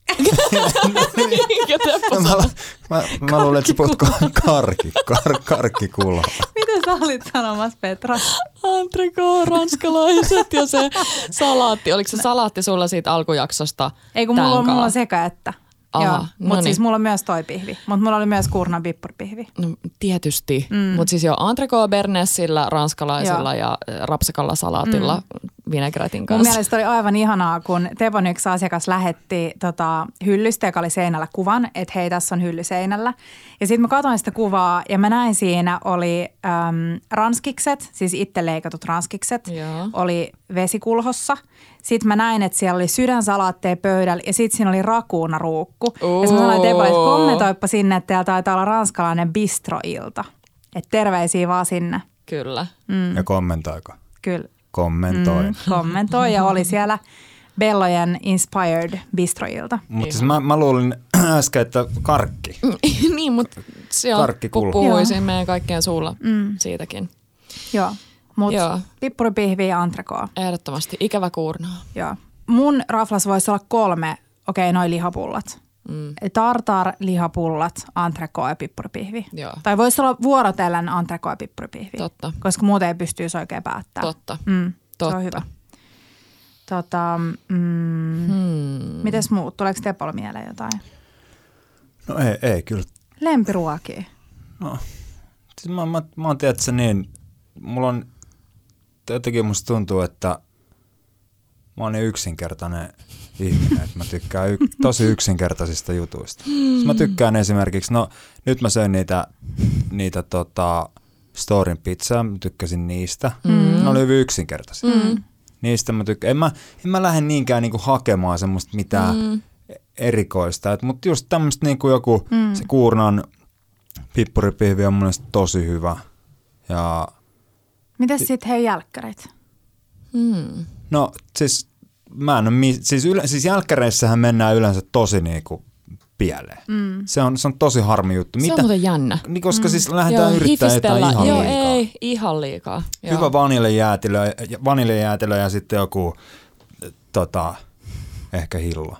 Mikä Teppo Mä, sanoi? mä, mä luulen, että sä puhut karki, kar, karkki Kulho. Mitä sä olit sanomassa, Petra? Entrecote, ranskalaiset ja se salaatti. Oliko se salaatti sulla siitä alkujaksosta? Ei kun tän mulla on, mulla kaa? on sekä että. Aha, Joo, no mutta niin. siis mulla on myös toi pihvi. Mutta mulla oli myös kuurnan pippuripihvi. No, tietysti, Mm. mutta siis jo entrecote bernessillä, ranskalaisella Joo. ja äh, rapsakalla salaatilla mm. vinaigratin Mun kanssa. mielestä oli aivan ihanaa, kun Tepon yksi asiakas lähetti tota, hyllystä, joka oli seinällä kuvan, että hei, tässä on hylly seinällä. Ja sitten mä katsoin sitä kuvaa ja mä näin siinä oli äm, ranskikset, siis itse leikatut ranskikset, Joo. oli vesikulhossa. Sitten mä näin, että siellä oli sydänsalaatteja pöydällä ja sitten siinä oli rakuunaruukku. Ja sitten mä sanoin Tepolle, että kommentoipa sinne, että täällä taitaa olla ranskalainen bistroilta. Että terveisiä vaan sinne. Kyllä. Mm, Ja kommentoiko? kyllä. Kommentoin. Mm, kommentoi ja oli siellä Bellojen Inspired Bistroilta. Mutta siis mä, mä luulin äsken, että karkki. niin, mutta se on, Karkkikulho. puhuisin meidän kaikkien suulla Mm. siitäkin. Joo, mutta Joo. pippuripihvi ja entrecote. Ehdottomasti. Ikävä kuurnaa. Joo. Mun raflas voisi olla kolme, okei, okay, noi lihapullat. mm. tartar, lihapullat, entrecôte ja pippuripihvi. Joo. Tai voisi olla vuorotellen entrecôte ja pippuripihvi. Totta. Koska muuten ei pystyisi oikein päättämään. Totta. Mm, Totta. Se on hyvä. Tota, mm, hmm. Mites muut? Tuleeko Tepolla mieleen jotain? No ei, ei kyllä. Lempiruokia? No, siis mä, mä, mä oon tiedätkö niin, mulla on, jotenkin musta tuntuu, että mä oon niin yksinkertainen ihminen, että mä tykkään y- tosi yksinkertaisista jutuista. Siis mä tykkään esimerkiksi, no nyt mä söin niitä, niitä tota, Storin pizzaa, mä tykkäsin niistä. Mm. Ne oli hyvin yksinkertaisia. Mm. Niistä mä tykkään. En mä, en mä lähde niinkään niinku hakemaan semmoista mitään mm. erikoista, mutta just tämmöistä niinku joku mm. se Kuurnan pippuripihvi on mun mielestä tosi hyvä. Ja mitäs sitten hei jälkkäreitä? Mm. No siis mä en ole, siis, yle, siis jälkkäreissähän mennään yleensä tosi niinku pieleen. Mm. Se, on, se on tosi harmi juttu. Se Mitä? on muuten jännä. Niin, koska mm. siis lähdetään yrittämään jotain ihan Joo, liikaa. ei, ihan liikaa. Joo. Hyvä vaniljejäätelö, vaniljejäätelö ja sitten joku tota, ehkä hillo.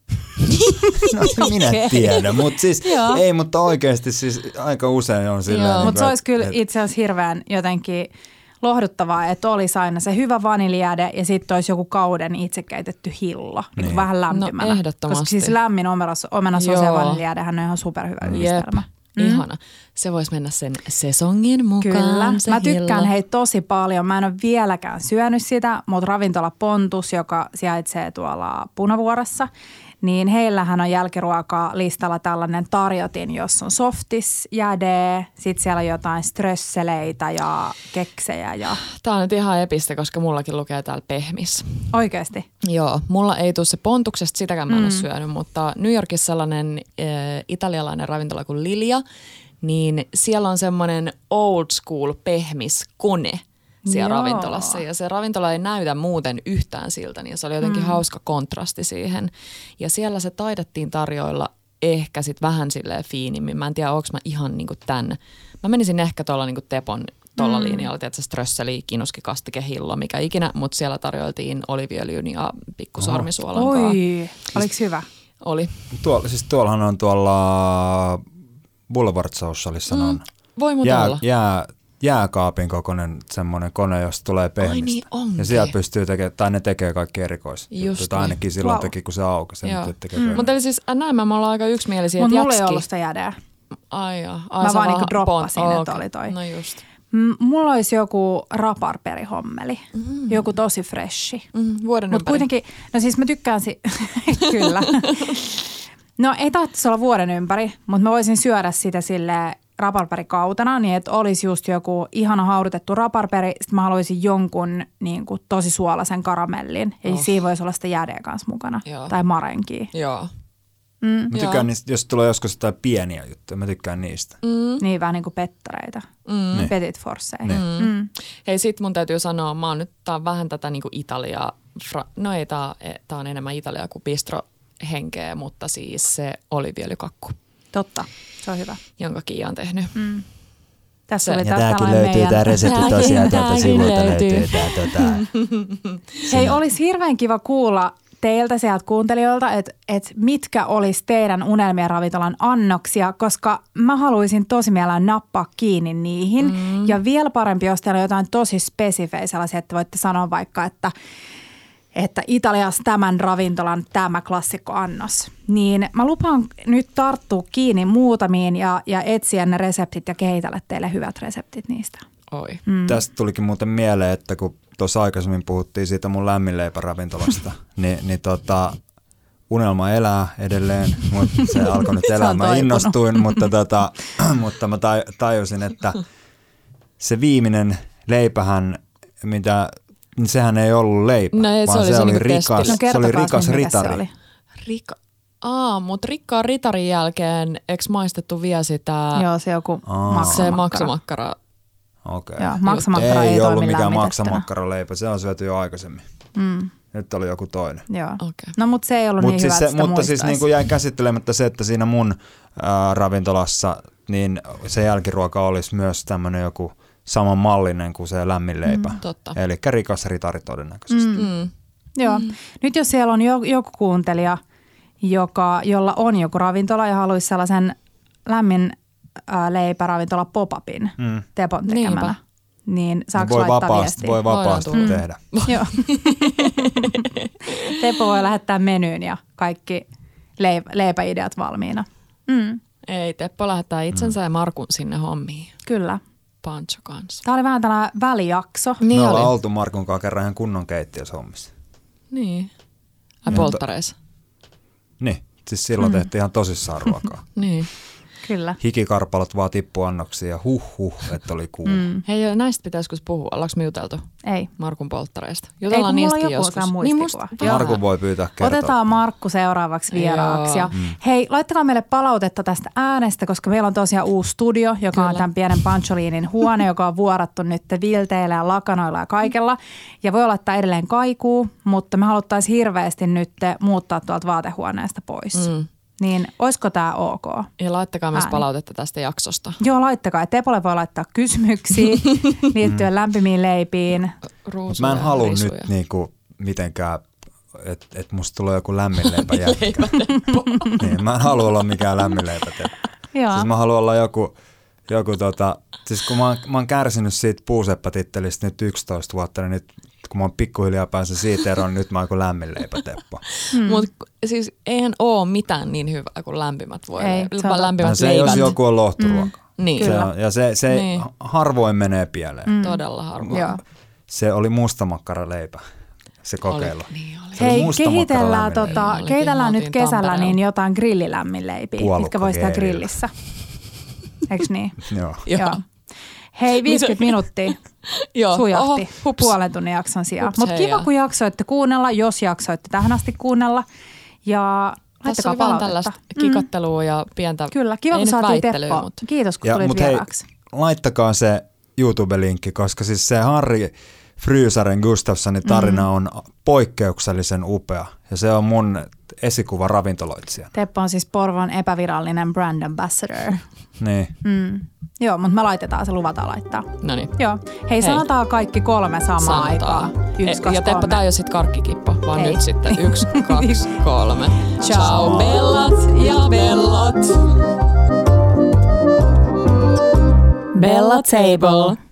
No minä okay. tiedän, mutta siis ei, mutta oikeasti siis aika usein on silleen. Niin mutta se olisi kyllä itse asiassa hirveän jotenkin lohduttavaa, että olisi aina se hyvä vaniljääde ja sitten olisi joku kauden itse keitetty hillo, niin. Niin vähän lämpimänä. No ehdottomasti. Koska siis lämmin omenasoosi ja vaniljäädehän on ihan superhyvä yhdistelmä. Mm. Ihana. Se voisi mennä sen sesongin mukaan. Kyllä. Se mä tykkään hillo. hei tosi paljon. Mä en ole vieläkään syönyt sitä, mutta ravintola Pontus, joka sijaitsee tuolla Punavuoressa, niin heillähän on jälkiruokaa listalla tällainen tarjotin, jossa on softis, jäde, sitten siellä on jotain strösseleitä ja keksejä. Ja Tämä on nyt ihan epistä, koska mullakin lukee täällä pehmis. Oikeasti? Joo, mulla ei tule se Pontuksesta, sitäkään mä en mm. ole syönyt, mutta New Yorkissa sellainen äh, italialainen ravintola kuin Lilia, niin siellä on semmoinen old school pehmiskone siellä Joo. ravintolassa. Ja se ravintola ei näytä muuten yhtään siltä, niin se oli jotenkin mm. hauska kontrasti siihen. Ja siellä se taidettiin tarjoilla ehkä sit vähän silleen fiinimmin. Mä en tiedä, onko mä ihan niinku tän. Mä menisin ehkä tuolla niinku Tepon tuolla mm. linjalla, tiedätkö, strösseli, kinuskikastike, hillo, mikä ikinä, mutta siellä tarjoiltiin oliviöljyn ja pikkusormisuolan Oi, kanssa. oliko hyvä? Oli. Tuolla, siis tuollahan on tuolla Boulevard Socialissa mm. on Voi muuta jää, olla. Jää, jääkaapin kokoinen semmoinen kone, josta tulee pehmistä. Ai niin onkin. Ja siellä pystyy tekemään, tai ne tekee kaikki erikoisjuttuja. Tai ainakin silloin wow. teki, kun se aukesi. Mm. Mutta eli siis näin me ollaan aika yksimielisiä. Mutta mulla jätski... ei ollut sitä jädeä. Ai joo. Ai, mä vaan niinku pon- droppasin, oh, että oli toi. No just. M- mulla olisi joku raparperihommeli. Mm. Joku tosi freshi. Mm, vuoden Mut ympäri. kuitenkin, no siis mä tykkään, si- kyllä. No ei tarvitsisi olla vuoden ympäri, mutta mä voisin syödä sitä silleen raparperikautena, niin että olisi just joku ihana haudutettu raparperi. Sitten mä haluaisin jonkun niin kuin, tosi suolaisen karamellin. Ja oh. siinä voisi olla sitä jäädeä kanssa mukana. Joo. Tai marenkia. Joo. Mm. Mä tykkään niistä, jos tulee joskus jotain pieniä juttuja, mä tykkään niistä. Mm. Niin vähän niin kuin pettareita. Mm. Petit forceja. Mm. Mm. Hei sit mun täytyy sanoa, mä oon nyt, tää on vähän tätä niin kuin Italiaa. Fra- no ei, tää, tää on enemmän Italiaa kuin bistro henkeä, mutta siis se oliviöljykakku. Totta, se on hyvä. Jonka Kiia on tehnyt. Mm. Tässä Se, oli ja tää, tämäkin löytyy, meidän... tämä resepti tosiaan tuolta sivulta löytyy. Tää, tota. Hei, olisi hirveän kiva kuulla teiltä sieltä kuuntelijoilta, että et mitkä olisi teidän unelmien ravintolan annoksia, koska mä haluaisin tosi mielellään nappaa kiinni niihin. Mm. Ja vielä parempi, jos teillä on jotain tosi spesifejä sellaisia, että voitte sanoa vaikka, että että Italiassa tämän ravintolan tämä klassikkoannos. Niin mä lupaan nyt tarttua kiinni muutamiin ja, ja etsiä ne reseptit ja kehitellä teille hyvät reseptit niistä. Oi. Mm. Tästä tulikin muuten mieleen, että kun tuossa aikaisemmin puhuttiin siitä mun lämminleipäravintolasta, niin, niin tota, unelma elää edelleen, mutta se alkoi nyt elää. Mä innostuin, mutta, tota, mutta mä tajusin, että se viimeinen leipähän, mitä... Niin sehän ei ollut leipä, no, ei, vaan se oli, se oli, niinku rikas, no, se oli rikas ritari. Se oli? Rika, aa, mutta rikkaan ritarin jälkeen, eikö maistettu vielä sitä? Joo, se joku maksamakkara. Se maksamakkara. Okei. Joo, maksamakkara ei, ei toimi ollut mikään lämmitettynä. maksamakkara-leipä, se on syöty jo aikaisemmin. Mm. Nyt oli joku toinen. Joo. Okay. No mutta se ei ollut Mut niin siis hyvä, se, että sitä Mutta siis niin kuin jäi käsittelemättä se, että siinä mun äh, ravintolassa niin se jälkiruoka olisi myös tämmöinen joku saman mallinen kuin se lämmin leipä. Mm, totta. Eli rikas ritari todennäköisesti. Mm. Mm. Joo. Mm. Nyt jos siellä on joku kuuntelija, joka, jolla on joku ravintola ja haluaisi sellaisen lämmin ää, leipäravintola pop-upin mm. Tepon tekemänä. Niinpä. Niin saako voi laittaa vapaasti, viestiä? Voi vapaasti mm. tehdä. Joo. Teppo voi lähettää menyyn ja kaikki leip- leipäideat valmiina. Mm. Ei, Teppo lähettää itsensä mm. ja Markun sinne hommiin. Kyllä. Pancho kanssa. Tämä oli vähän tällainen välijakso. Niin Me ollaan oli. oltu Markun kanssa kerran ihan kunnon keittiössä hommissa. Niin. Ai polttareissa. Niin. Siis silloin mm. tehtiin ihan tosissaan ruokaa. Niin. Kyllä. Hikikarpalot vaan tippu annoksia ja huh huh, että oli kuuma. Mm. Hei, näistä pitäisikö puhua? Ollaanko me juteltu? Ei. Markun polttareista. Jutellaan Ei, kun niistäkin joskus. Niin Niin musta, Markun voi pyytää kertoa. Otetaan Markku seuraavaksi vieraaksi. Ja mm. Hei, laittakaa meille palautetta tästä äänestä, koska meillä on tosiaan uusi studio, joka Kyllä. on tämän pienen Pancholiinin huone, joka on vuorattu nyt vilteillä ja lakanoilla ja kaikella. Ja voi olla, että edelleen kaikuu, mutta me haluttaisiin hirveästi nyt muuttaa tuolta vaatehuoneesta pois. Mm. Niin olisiko tämä ok? Ja laittakaa myös palautetta tästä jaksosta. Joo, laittakaa. Tepolle voi laittaa kysymyksiä liittyen lämpimiin leipiin. Ruusuja, mä en halua riisuja. Nyt niinku mitenkään, että et musta tulee joku lämminleipä jätkä. Niin, mä en halua olla mikään lämminleipäteppo. Siis mä haluan olla joku, joku tota, siis kun mä oon, mä oon kärsinyt siitä puuseppätittelistä nyt yksitoista vuotta, niin nyt kun mä oon pikkuhiljaa päässyt siitä eroon, niin nyt mä oon joku lämminleipäteppo. Mm. Mutta siis eihän oo mitään niin hyvää kuin lämpimät voi ei, leivät. Lämpimät no se leivät. Jos joku on lohturuoka. Mm. Niin. Se on, ja se, se niin. harvoin menee pieleen. Mm. Todella harvoin. Joo. Se oli mustamakkaraleipä, se kokeilu. Oli, niin oli. Hei, kehitellään, tota, oli, kehitellään nyt kesällä niin jotain grillilämminleipiä, mitkä voisi tehdä grillissä. Eiks niin? Joo. Joo. Hei, viisikymmentä minuuttia sujahti Oho, puolen tunnin jakson sijaan. Mutta kiva, kun jaksoitte kuunnella, jos jaksoitte tähän asti kuunnella. Ja tässä oli vaan tällaista kikottelua mm. ja pientä, Kyllä, kiva, ei kun nyt saatiin väittelyä. Teppo. Kiitos, kun ja, tulit vieraaksi. Hei, laittakaa se YouTube-linkki, koska siis se Harri Frysaren Gustafssonin tarina mm. on poikkeuksellisen upea. Ja se on mun esikuva ravintoloitsija. Teppo on siis Porvon epävirallinen brand ambassador. Niin. Mm. Joo, mutta me laitetaan, se luvataan laittaa. Noniin. Joo. Hei, Hei, sanotaan kaikki kolme samaa sanotaan. Aikaa. Yksi, kaksi, ja Teppo, tää ei ole sit karkkikippo, vaan Hei. nyt sitten yksi, kaksi, kolme. Ciao bellat ja bellot. Bella Table.